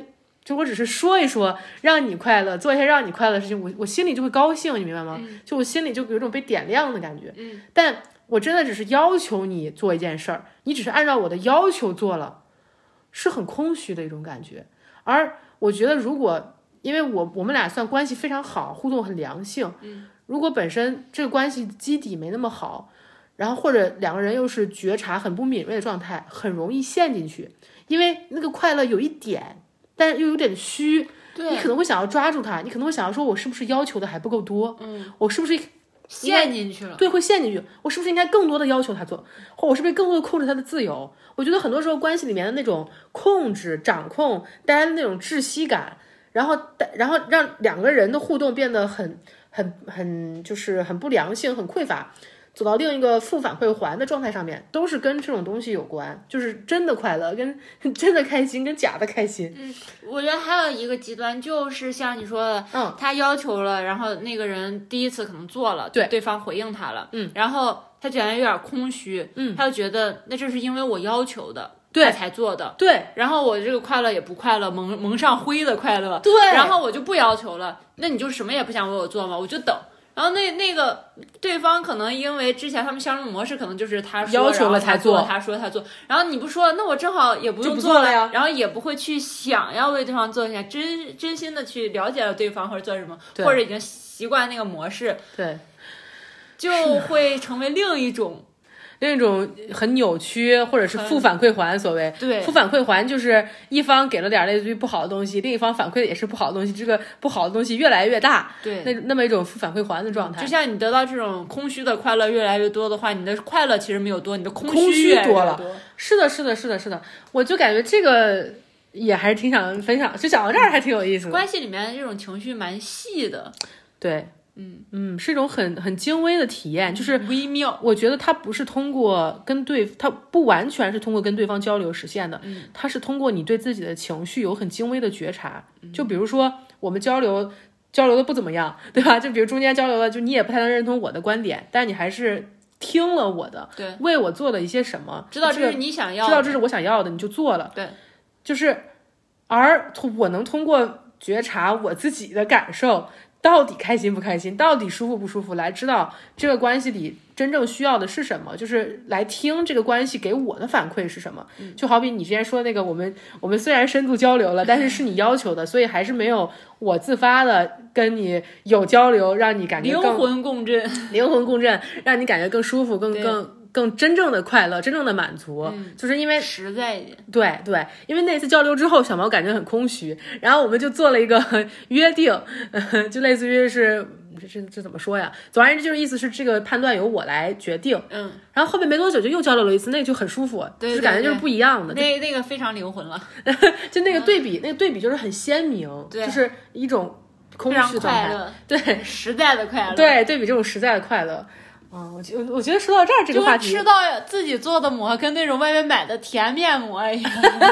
就我只是说一说让你快乐，做一些让你快乐的事情，我我心里就会高兴，你明白吗？ 嗯、 就我心里就有一种被点亮的感觉。 嗯， 但我真的只是要求你做一件事儿，你只是按照我的要求做了，是很空虚的一种感觉。而我觉得如果因为我我们俩算关系非常好，互动很良性， 嗯， 如果本身这个关系基底没那么好，然后或者两个人又是觉察很不敏锐的状态，很容易陷进去，因为那个快乐有一点，但是又有点虚， 对， 你可能会想要抓住它，你可能会想要说，我是不是要求的还不够多？ 嗯， 我是不是陷进去了？ 对，会陷进去。我是不是应该更多的要求他做，或我是不是更多的控制他的自由？我觉得很多时候关系里面的那种控制、掌控带来的那种窒息感，然后然后让两个人的互动变得很很很就是很不良性、很匮乏。走到另一个负反馈环的状态上面，都是跟这种东西有关，就是真的快乐跟真的开心跟假的开心。 嗯，我觉得还有一个极端，就是像你说的， 嗯， 他要求了，然后那个人第一次可能做了， 对， 对方回应他了， 嗯， 然后他觉得有点空虚， 嗯， 他就觉得那这是因为我要求的， 对， 他才做的， 对， 然后我这个快乐也不快乐，蒙蒙上灰的快乐， 对， 然后我就不要求了，那你就什么也不想为我做吗？我就等。然后那那个对方可能因为之前他们相处模式可能就是他说要求了才做，他说他做，然后你不说，那我正好也不用做了呀， 然后也不会去想要为对方做一下，真真心的去了解了对方或者做什么，或者已经习惯那个模式， 对， 就会成为另一种。 另一种很扭曲，或者是负反馈环，所谓对负反馈环就是一方给了点类似于不好的东西，另一方反馈的也是不好的东西，这个不好的东西越来越大， 对， 那那么一种负反馈环的状态。 就像你得到这种空虚的快乐越来越多的话，你的快乐其实没有多，你的空虚多了。是的，是的，是的，是的，我就感觉这个也还是挺想分享，就讲到这儿还挺有意思的。 关系里面这种情绪蛮细的， 对。 嗯嗯，是一种很很精微的体验，就是微妙。 我觉得它不是通过跟对，它不完全是通过跟对方交流实现的， 嗯， 它是通过你对自己的情绪有很精微的觉察。就比如说我们交流交流的不怎么样，对吧？就比如中间交流了，就你也不太能认同我的观点，但你还是听了我的， 对， 为我做了一些什么， 知道这是你想要的， 知道这是我想要的，你就做了， 对， 就是，而我能通过觉察我自己的感受。到底开心不开心，到底舒服不舒服，来知道这个关系里真正需要的是什么，就是来听这个关系给我的反馈是什么。 嗯、 就好比你之前说那个，我们我们虽然深度交流了，但是是你要求的，所以还是没有我自发的跟你有交流，让你感觉更灵魂共振， 灵魂共振，让你感觉更舒服，更更。更真正的快乐，真正的满足， 嗯、 就是因为实在一点。 对对，因为那次交流之后，小毛感觉很空虚，然后我们就做了一个约定，呃、就类似于是这这这怎么说呀？总而言之，就是意思是这个判断由我来决定。 嗯， 然后后面没多久就又交流了一次，那个就很舒服， 对对对， 就是感觉就是不一样的。 那那个非常灵魂了， 就那个对比，嗯、那个对比就是很鲜明，就是一种空虚状态，对， 实在的快乐， 对，对比这种实在的快乐。嗯，我觉我觉得说到这儿，这个话题， 就吃到自己做的馍跟那种外面买的甜面馍一样。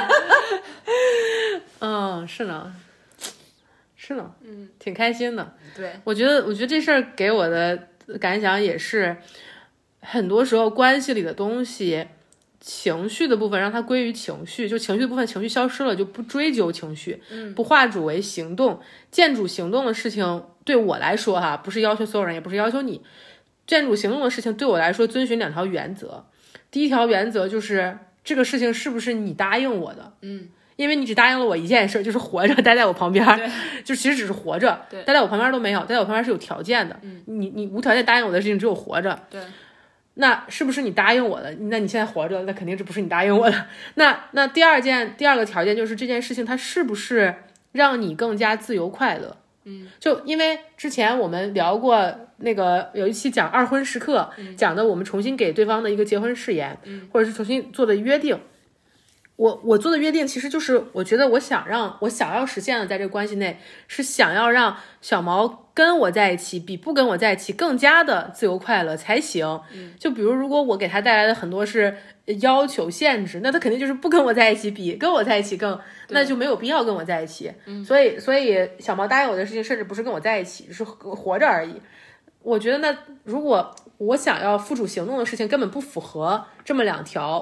嗯，是呢，是呢， 嗯， 挺开心的。 对， 我觉得，我觉得这事儿给我的感想也是，很多时候关系里的东西，情绪的部分让它归于情绪，就情绪的部分，情绪消失了，就不追究情绪， 嗯， 不化主为行动，见主行动的事情，对我来说哈，不是要求所有人，也不是要求你。见主行动的事情对我来说遵循两条原则，第一条原则就是这个事情是不是你答应我的， 嗯， 因为你只答应了我一件事，就是活着待在我旁边，就其实只是活着， 对， 待在我旁边都没有，待在我旁边是有条件的， 嗯， 你你无条件答应我的事情只有活着， 对， 那是不是你答应我的？那你现在活着，那肯定这不是你答应我的。那那第二件第二个条件就是这件事情它是不是让你更加自由快乐？ 嗯， 就因为之前我们聊过那个有一期讲二婚时刻， 嗯、 讲的我们重新给对方的一个结婚誓言， 嗯， 或者是重新做的约定。我我做的约定其实就是我觉得我想让我想要实现的，在这个关系内是想要让小毛跟我在一起比不跟我在一起更加的自由快乐才行。 嗯， 就比如如果我给他带来的很多是要求限制，那他肯定就是不跟我在一起比跟我在一起更，那就没有必要跟我在一起。 嗯， 所以所以小毛答应我的事情甚至不是跟我在一起，是活着而已。我觉得那如果我想要付诸行动的事情根本不符合这么两条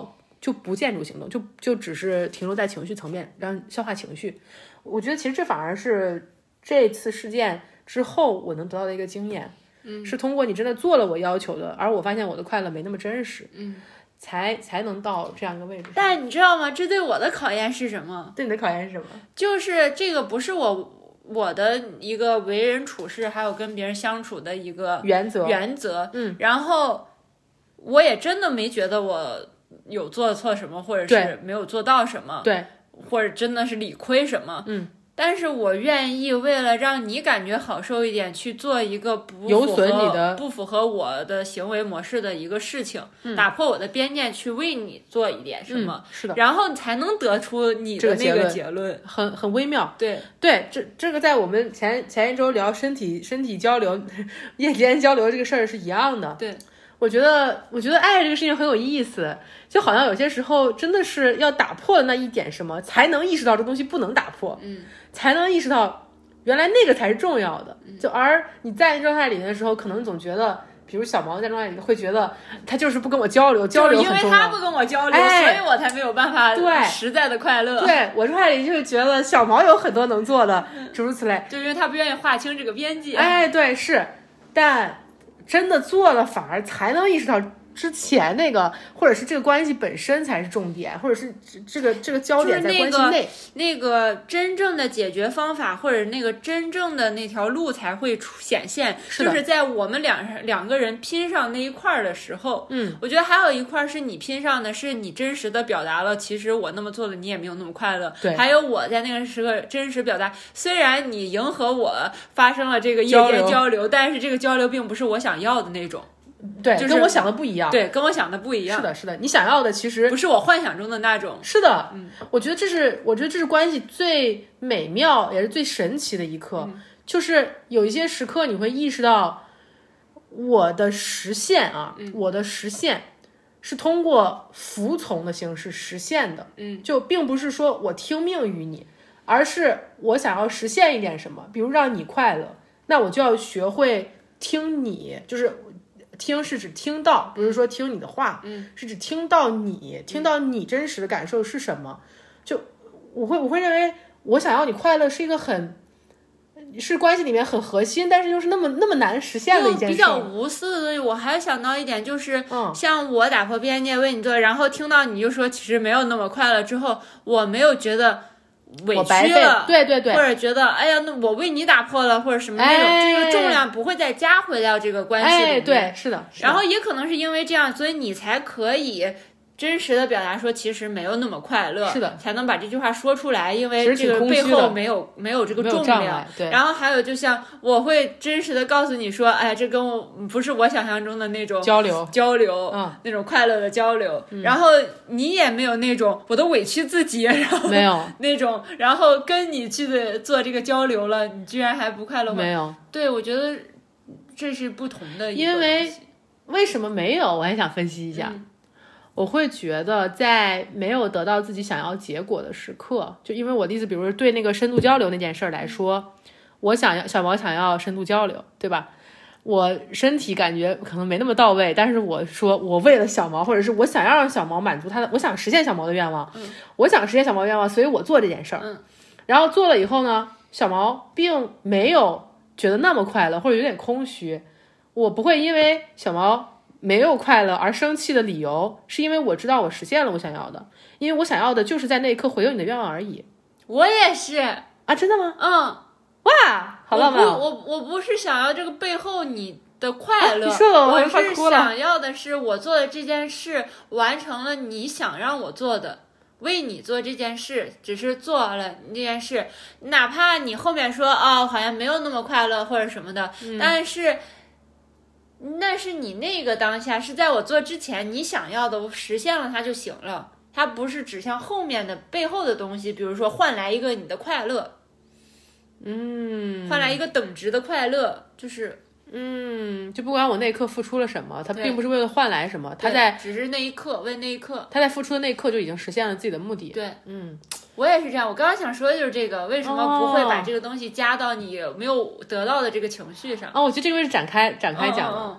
就不建筑行动，就就只是停留在情绪层面，让消化情绪。我觉得其实这反而是这次事件之后我能得到的一个经验，嗯，是通过你真的做了我要求的，而我发现我的快乐没那么真实， 嗯， 才才能到这样一个位置。 但你知道吗？这对我的考验是什么？ 对你的考验是什么？ 就是这个不是我。我的一个为人处事还有跟别人相处的一个原则原则， 嗯， 然后我也真的没觉得我有做错什么，或者是没有做到什么， 对， 或者真的是理亏什么， 嗯， 但是我愿意为了让你感觉好受一点，去做一个不有符损你的不符合我的行为模式的一个事情， 嗯、 打破我的边界，去为你做一点什么， 嗯、是的， 然后你才能得出你的那个结论， 很很微妙。 对对，这这个在我们前前一周聊身体身体交流、夜间交流这个事儿是一样的。 对。 我觉得，我觉得爱这个事情很有意思，就好像有些时候真的是要打破那一点什么，才能意识到这东西不能打破， 嗯， 才能意识到原来那个才是重要的。就而你在状态里的时候，可能总觉得，比如小毛在状态里会觉得他就是不跟我交流，交流很重要， 就是因为他不跟我交流， 哎、 所以我才没有办法对实在的快乐。 对我状态里就觉得小毛有很多能做的，诸如此类， 就因为他不愿意划清这个边界。 哎，对，是，但真的做了，反而才能意识到之前那个，或者是这个关系本身才是重点，或者是这个这个焦点在关系内， 就是那个、那个真正的解决方法，或者那个真正的那条路才会出显现。 是就是在我们两两个人拼上那一块的时候， 嗯， 我觉得还有一块是你拼上的，是你真实的表达了，其实我那么做了，你也没有那么快乐。 对， 还有我在那个时刻真实表达，虽然你迎合我发生了这个夜间交流，但是这个交流并不是我想要的那种。 对， 就是跟我想的不一样。 对，跟我想的不一样。 是的，是的，你想要的其实不是我幻想中的那种。 是的， 嗯， 我觉得这是，我觉得这是关系最美妙也是最神奇的一刻， 嗯、 就是有一些时刻你会意识到，我的实现啊， 嗯、 我的实现是通过服从的形式实现的， 嗯， 就并不是说我听命于你，而是我想要实现一点什么，比如让你快乐，那我就要学会听你，就是。听是指听到，不是说听你的话， 嗯， 是指听到你，听到你真实的感受是什么。就我会我会认为，我想要你快乐是一个很，是关系里面很核心，但是又是那么那么难实现的一件事。 比较无私的东西，我还想到一点，就是、 嗯、 像我打破边界为你做，然后听到你就说其实没有那么快乐之后，我没有觉得。委屈了， 对对对， 或者觉得哎呀，那我为你打破了，或者什么那种， 哎、 这个重量不会再加回到这个关系里面。 哎、对，是的。 然后也可能是因为这样，所以你才可以真实的表达说，其实没有那么快乐， 是的， 才能把这句话说出来，因为这个背后没有没有这个重量。 对。 然后还有，就像我会真实的告诉你说，哎，这跟我不是我想象中的那种交流交流， 嗯， 那种快乐的交流。 嗯、 然后你也没有那种我都委屈自己，然后没有那种，然后跟你去的做这个交流了，你居然还不快乐吗？ 没有。 对，我觉得这是不同的一个。 因为为什么没有？我还想分析一下。 嗯我会觉得在没有得到自己想要结果的时刻，就因为我的意思，比如说对那个深度交流那件事来说，我想要小毛想要深度交流，对吧？我身体感觉可能没那么到位，但是我说我为了小毛，或者是我想要让小毛满足他的，我想实现小毛的愿望， 嗯， 我想实现小毛的愿望，所以我做这件事儿， 嗯， 然后做了以后呢，小毛并没有觉得那么快乐，或者有点空虚，我不会因为小毛没有快乐而生气的理由，是因为我知道我实现了我想要的，因为我想要的就是在那一刻回应你的愿望而已。 我也是啊，真的吗？ 嗯， 哇，好浪漫！ 我我我不是想要这个背后你的快乐， 啊、你说了我我快哭了。 是想要的是我做的这件事完成了你想让我做的，为你做这件事，只是做了这件事，哪怕你后面说啊、哦、好像没有那么快乐或者什么的， 嗯、 但是。那是你那个当下是在我做之前你想要的，我实现了它就行了，它不是指向后面的背后的东西，比如说换来一个你的快乐， 嗯， 换来一个等值的快乐，就是嗯，就不管我那一刻付出了什么，他并不是为了换来什么，他在只是那一刻为那一刻， 他在付出的那一刻就已经实现了自己的目的。 对， 嗯。 我也是这样，我刚刚想说的就是这个，为什么不会把这个东西加到你没有得到的这个情绪上？ 哦，我觉得这个位置展开展开讲的。 哦哦哦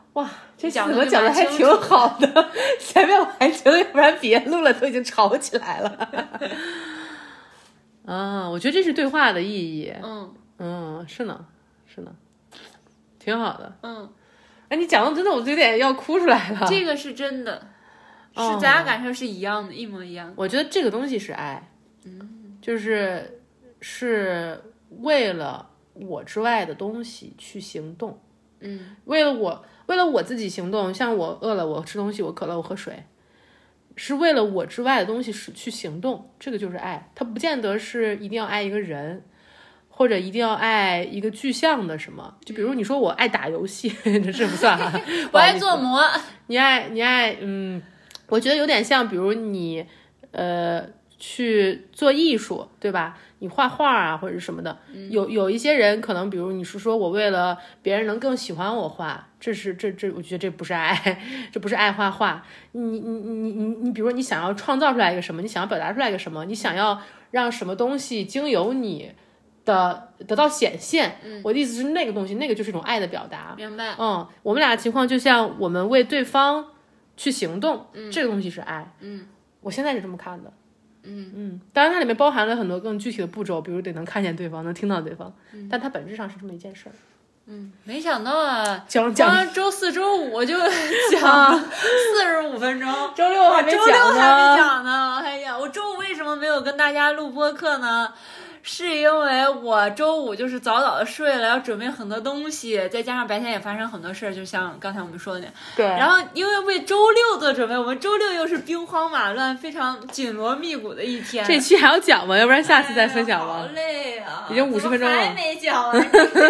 哇，这讲的怎么讲的还挺好的，前面我还觉得要不然别录了，都已经吵起来了。啊，我觉得这是对话的意义。 嗯嗯，是呢，是呢，挺好的。 嗯， 哎，你讲的真的，我有点要哭出来了。 这个是真的，是咱俩感受是一样的，一模一样的。 我觉得这个东西是爱，嗯，就是是为了我之外的东西去行动。 嗯， 为了我，为了我自己行动，像我饿了，我吃东西，我渴了，我喝水，是为了我之外的东西是去行动，这个就是爱。它不见得是一定要爱一个人，或者一定要爱一个具象的什么。就比如你说我爱打游戏，这是不算啊。 我爱做馍， 你爱你爱，嗯，我觉得有点像，比如你呃去做艺术，对吧？你画画啊，或者什么的，有有一些人可能，比如你是说我为了别人能更喜欢我画，这是这这，我觉得这不是爱，这不是爱画画。你你你你你，比如说你想要创造出来一个什么，你想要表达出来一个什么，你想要让什么东西经由你的得到显现。嗯，我的意思是那个东西，那个就是一种爱的表达。 明白？ 嗯，我们俩的情况就像我们为对方去行动，嗯，这个东西是爱。 嗯， 我现在是这么看的。 嗯嗯，当然它里面包含了很多更具体的步骤，比如得能看见对方，能听到对方，嗯、但它本质上是这么一件事儿。 嗯，没想到啊， 讲讲周四周五就讲四十五分钟， 周六还没讲呢， 周六还没讲呢。哎呀，我周五为什么没有跟大家录播客呢？是因为我周五就是早早的睡了，要准备很多东西，再加上白天也发生很多事儿，就像刚才我们说的那样。 对。 然后因为为周六做准备，我们周六又是兵荒马乱、非常紧锣密鼓的一天。 这期还要讲吗？要不然下次再分享吧。 哎、好累啊！ 已经五十分钟了， 还没讲完。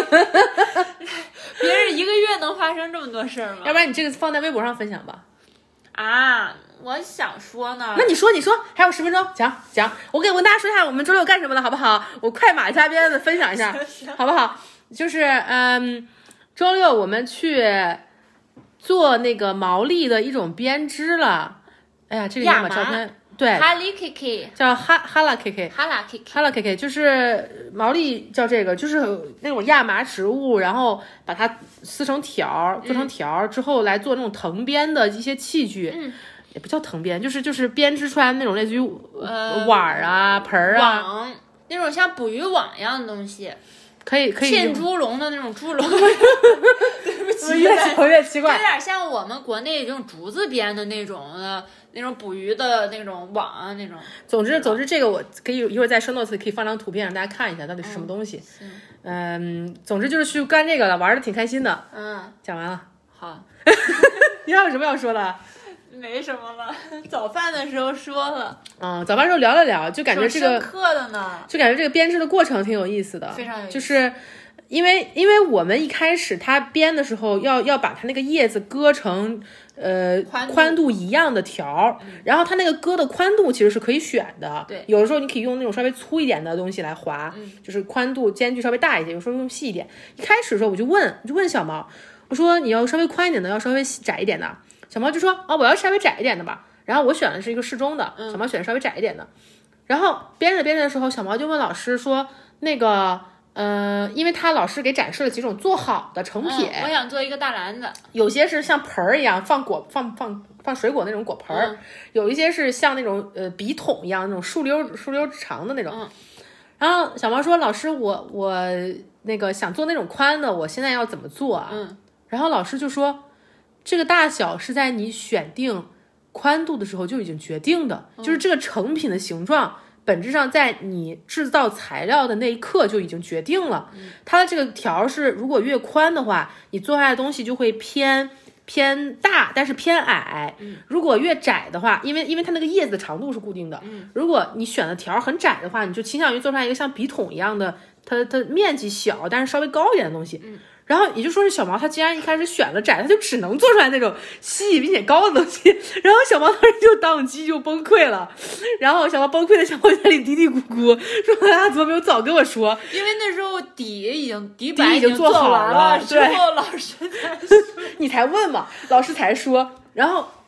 别人一个月能发生这么多事儿吗？ 要不然你这个放在微博上分享吧。 啊。我想说呢， 那你说，你说，还有十分钟，讲讲，我给我跟大家说一下我们周六干什么了，好不好？我快马加鞭的分享一下，好不好？就是嗯，周六我们去做那个毛利的一种编织了。哎呀，这个要把照片对， 哈利 K K 叫哈哈拉 K K， 哈拉 K K， 哈拉 K K 就是毛利叫这个，就是那种亚麻植物，然后把它撕成条，做成条之后来做那种藤编的一些器具。 嗯。 也不叫藤编，就是就是编织出来的那种类似于呃碗啊、盆儿啊， 网那种像捕鱼网一样的东西， 可以可以。 嵌猪笼的那种猪笼，对不起， 越说越奇怪， 有点像我们国内这种竹子编的那种的那种捕鱼的那种网啊那种。 总之总之，这个我可以一会儿在 show notes 可以放张图片让大家看一下到底是什么东西。嗯，嗯总之就是去干这个了，玩的挺开心的。 嗯， 讲完了。 好， 你还有什么要说的？ 没什么了，早饭的时候说了， 嗯，早饭时候聊了聊，就感觉这个深刻的呢， 就感觉这个编织的过程挺有意思的， 非常有意思。 就是因为因为我们一开始它编的时候要要把它那个叶子割成呃宽度, 宽度一样的条、嗯，然后它那个割的宽度其实是可以选的， 对， 有的时候你可以用那种稍微粗一点的东西来划， 嗯、 就是宽度间距稍微大一些，有时候用细一点。一开始的时候我就问，我就问小毛，我说你要稍微宽一点的，要稍微窄一点的。小毛就说啊、哦，我要稍微窄一点的吧。然后我选的是一个适中的，小毛选的稍微窄一点的。然后编着编着的时候，小毛就问老师说：“那个，呃，因为他老师给展示了几种做好的成品， 嗯、我想做一个大篮子， 有些是像盆儿一样放果放放放水果那种果盆儿、嗯，有一些是像那种呃笔筒一样那种树溜树溜长的那种。嗯、然后小毛说：老师，我我那个想做那种宽的，我现在要怎么做啊？ 嗯， 然后老师就说。”这个大小是在你选定宽度的时候就已经决定的，嗯、就是这个成品的形状本质上在你制造材料的那一刻就已经决定了。嗯、它的这个条是如果越宽的话，你做出来的东西就会偏偏大，但是偏矮。嗯、如果越窄的话，因为因为它那个叶子的长度是固定的， 嗯、 如果你选的条很窄的话，你就倾向于做出来一个像笔筒一样的，它它面积小但是稍微高一点的东西。 嗯然后也就说是小毛他既然一开始选了窄，他就只能做出来那种细并且高的东西，然后小毛当时就宕机就崩溃了，然后小毛崩溃的小毛家里嘀嘀咕咕说他怎么没有早跟我说， 因为那时候底已经底板已经做好了，之后老师才说你才问嘛，老师才说，然后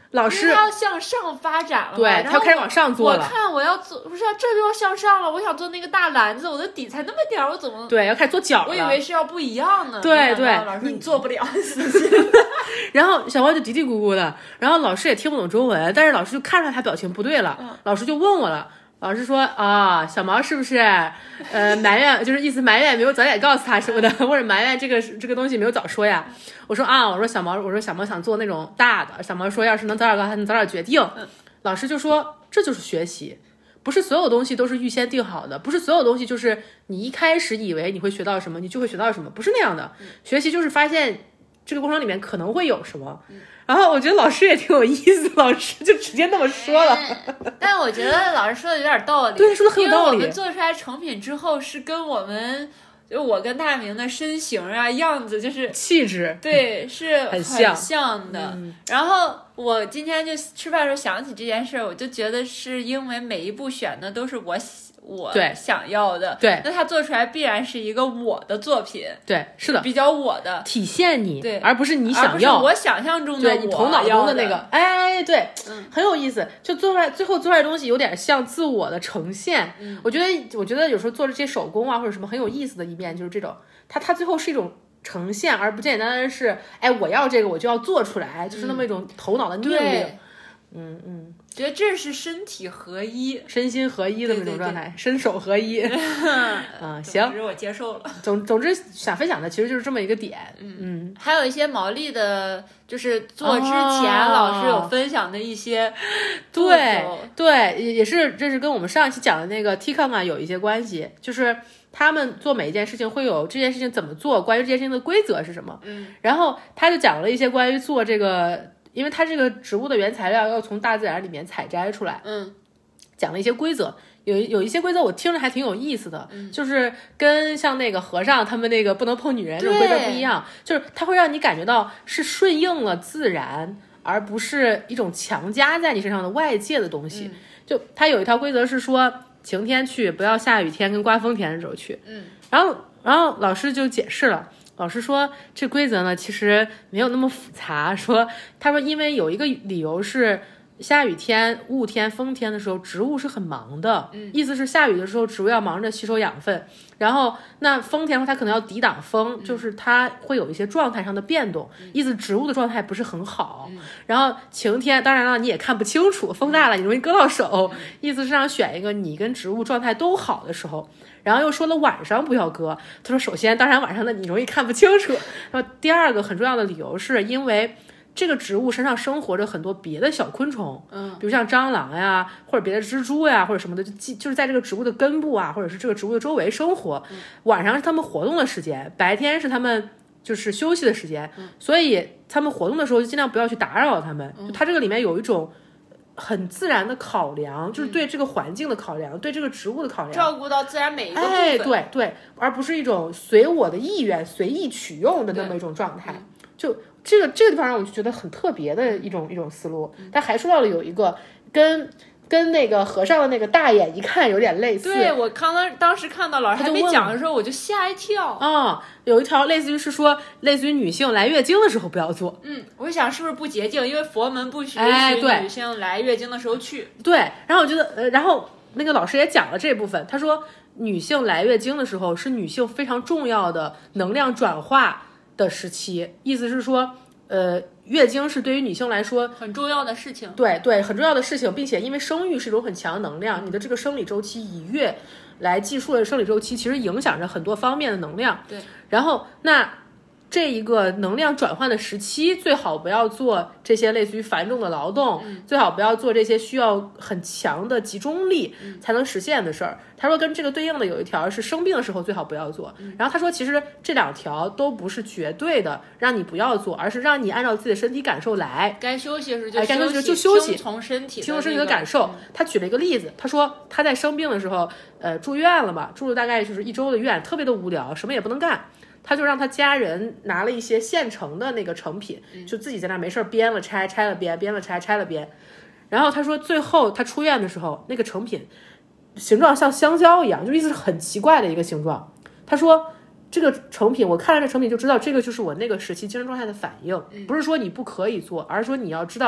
老师他要向上发展了， 对，他要开始往上做了。 我看我要做，不是这就要向上了。我想做那个大篮子，我的底才那么点儿，我怎么对要开始做脚了？ 我以为是要不一样的。 对对， 老师你做不了。 然后小猫就嘀嘀咕咕的，然后老师也听不懂中文，但是老师就看出来他表情不对了， 嗯、 老师就问我了。老师说啊，小毛是不是呃埋怨，就是意思埋怨没有早点告诉他什么的，或者埋怨这个这个东西没有早说呀？我说啊，我说小毛，我说小毛想做那种大的。小毛说要是能早点告诉他，能早点决定。 嗯、 老师就说这就是学习，不是所有东西都是预先定好的，不是所有东西就是你一开始以为你会学到什么，你就会学到什么，不是那样的。 嗯、 学习就是发现这个过程里面可能会有什么。嗯然后我觉得老师也挺有意思，老师就直接那么说了。 嗯、但我觉得老师说的有点道理， 对，说的很有道理。 因为我们做出来成品之后，是跟我们就我跟大明的身形啊、样子，就是气质， 对，是很像很像的。 嗯、 然后我今天就吃饭的时候想起这件事，我就觉得是因为每一部选的都是我我想要的， 对， 那他做出来必然是一个我的作品， 对，是的， 比较我的， 体现你， 对， 而不是你想要， 我想象中的， 对你头脑中的那个，哎，对， 嗯， 很有意思，就做出来，最后做出来的东西有点像自我的呈现。 嗯， 我觉得，我觉得有时候做这些手工啊或者什么很有意思的一面，就是这种，它它最后是一种呈现，而不简单单是，哎，我要这个我就要做出来，就是那么一种头脑的命令。嗯嗯， 觉得这是身体合一、 身心合一的那种状态，身手合一。嗯，行， 总之我接受了。 总总之想分享的其实就是这么一个点。 嗯嗯， 还有一些毛利的，就是做之前老师有分享的一些、 哦，对对，也是这是跟我们上一期讲的那个 T-Con 啊有一些关系，就是他们做每一件事情会有这件事情怎么做，关于这件事情的规则是什么。 嗯， 然后他就讲了一些关于做这个。因为它这个植物的原材料要从大自然里面采摘出来， 嗯， 讲了一些规则，有有一些规则我听着还挺有意思的， 嗯、 就是跟像那个和尚他们那个不能碰女人这种规则不一样，就是它会让你感觉到是顺应了自然，而不是一种强加在你身上的外界的东西。 嗯、 就它有一条规则是说，晴天去，不要下雨天跟刮风天的时候去。 嗯， 然后然后老师就解释了。老师说这规则呢其实没有那么复杂，说他说因为有一个理由是下雨天、雾天、风天的时候植物是很忙的， 嗯， 意思是下雨的时候植物要忙着吸收养分，然后那风天的话它可能要抵挡风， 嗯， 就是它会有一些状态上的变动，嗯，意思植物的状态不是很好， 嗯， 然后晴天当然了你也看不清楚，风大了你容易割到手，嗯，意思是让选一个你跟植物状态都好的时候。然后又说了晚上不要割，他说首先当然晚上的你容易看不清楚，然后第二个很重要的理由是因为这个植物身上生活着很多别的小昆虫， 嗯， 比如像蟑螂呀或者别的蜘蛛呀或者什么的，就就是在这个植物的根部啊或者是这个植物的周围生活， 嗯， 晚上是他们活动的时间，白天是他们就是休息的时间， 嗯，所以他们活动的时候就尽量不要去打扰他们， 嗯， 就它这个里面有一种很自然的考量，就是对这个环境的考量，嗯，对这个植物的考量， 照顾到自然每一个部分， 哎，对对，而不是一种随我的意愿随意取用的那么一种状态。就这个这个地方让我就觉得很特别的一种一种思路。他还说到了有一个跟跟那个和尚的那个大眼一看有点类似。 对，我刚刚当时看到老师还没讲的时候，我就吓一跳啊，哦！有一条类似于是说，类似于女性来月经的时候不要做。 嗯，我就想是不是不洁净，因为佛门不许哎女性来月经的时候去。 对，然后我觉得，呃，然后那个老师也讲了这部分，他说女性来月经的时候是女性非常重要的能量转化的时期，意思是说，呃。月经是对于女性来说很重要的事情， 对对，很重要的事情，并且因为生育是一种很强的能量，你的这个生理周期以月来计数的生理周期，其实影响着很多方面的能量。 对， 然后那这一个能量转换的时期，最好不要做这些类似于繁重的劳动， 嗯， 最好不要做这些需要很强的集中力才能实现的事儿。他说跟这个对应的有一条是生病的时候最好不要做， 嗯， 然后他说其实这两条都不是绝对的让你不要做，而是让你按照自己的身体感受来， 该休息时就休息， 该休息就休息， 听从身体的， 听从身体的感受。 嗯， 他举了一个例子，他说他在生病的时候，呃，住院了嘛，住了大概就是一周的院，特别的无聊，什么也不能干。他就让他家人拿了一些现成的那个成品，就自己在那没事编了拆，拆了编，编了拆，拆了编。然后他说，最后他出院的时候，那个成品形状像香蕉一样，就意思是很奇怪的一个形状。他说，这个成品，我看了这成品就知道，这个就是我那个时期精神状态的反应，不是说你不可以做，而是说你要知道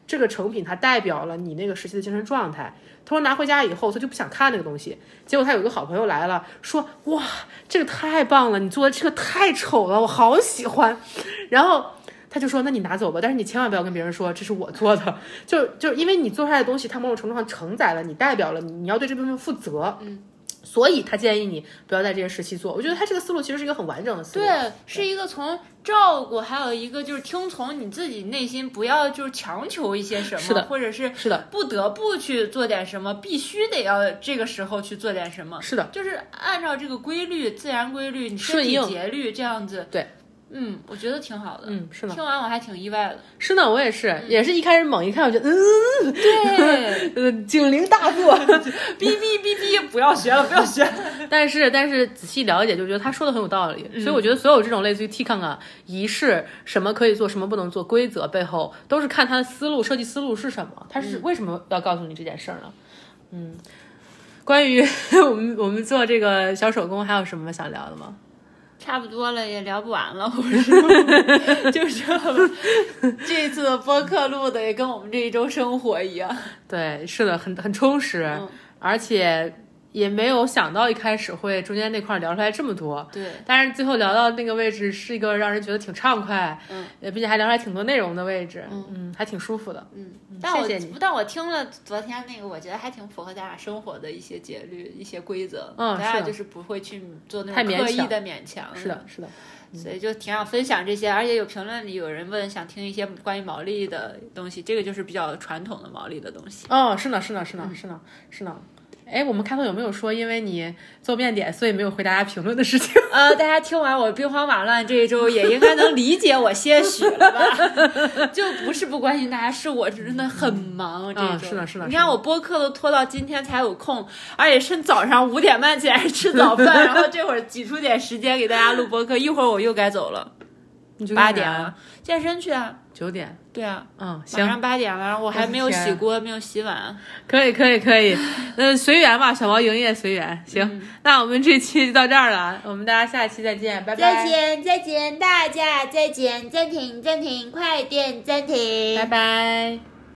这个成品它代表了你那个时期的精神状态。他说拿回家以后他就不想看那个东西，结果他有一个好朋友来了，说哇这个太棒了，你做的这个太丑了，我好喜欢。然后他就说那你拿走吧，但是你千万不要跟别人说这是我做的，就就因为你做出来的东西它某种程度上承载了你，代表了你，你要对这部分负责。嗯，所以他建议你不要在这些时期做。我觉得他这个思路其实是一个很完整的思路， 对，是一个从照顾，还有一个就是听从你自己内心，不要就是强求一些什么， 是的， 或者是是的， 不得不去做点什么，必须得要这个时候去做点什么， 是的， 就是按照这个规律，自然规律，你身体节律这样子， 对。 嗯，我觉得挺好的。 嗯，是的。 听完我还挺意外的。 是的，我也是，嗯、也是一开始猛一看，我觉得， 嗯，对， 呃，警铃大作， 哔哔哔哔，不要学了，不要学。 但是，但是仔细了解，就觉得他说的很有道理。嗯、所以我觉得所有这种类似于 T 康啊、仪式，什么可以做，什么不能做，规则背后都是看他的思路、设计思路是什么，他是为什么要告诉你这件事儿呢？嗯，关于我们我们做这个小手工，还有什么想聊的吗？ 差不多了，也聊不完了，我说就这吧。这次的播客录的也跟我们这一周生活一样。 对，是的，很很充实，嗯、而且也没有想到一开始会中间那块聊出来这么多。 对， 但是最后聊到那个位置是一个让人觉得挺畅快，嗯，并且还聊出来挺多内容的位置，嗯嗯，还挺舒服的， 嗯。但我谢谢你但我听了昨天那个，我觉得还挺符合咱俩生活的一些节律、一些规则。嗯，咱俩就是不会去做那种刻意的勉强。 是的，是的。 所以就挺想分享这些，而且有评论里有人问想听一些关于毛利的东西，这个就是比较传统的毛利的东西。 哦，是呢，是呢，是呢，是呢，是呢。哎，我们开头有没有说因为你做面点所以没有回大家评论的事情？ 呃，大家听完我兵荒马乱这一周也应该能理解我些许了吧？就不是不关心大家，是我真的很忙、嗯、这一周、 嗯、是的是的。 你看我播客都拖到今天才有空，而且趁早上五点半起来吃早饭，然后这会儿挤出点时间给大家录播客，一会儿我又该走了。八点了，健身去啊。 九点。 对啊， 嗯，行。 马上八点了，然后我还没有洗锅，没有洗碗。 可以，可以，可以。嗯，随缘吧，小毛营业随缘。行、嗯，那我们这期就到这儿了，我们大家下期再见，拜拜。 再见，再见，大家再见，暂停，暂停，快点暂停， 拜拜。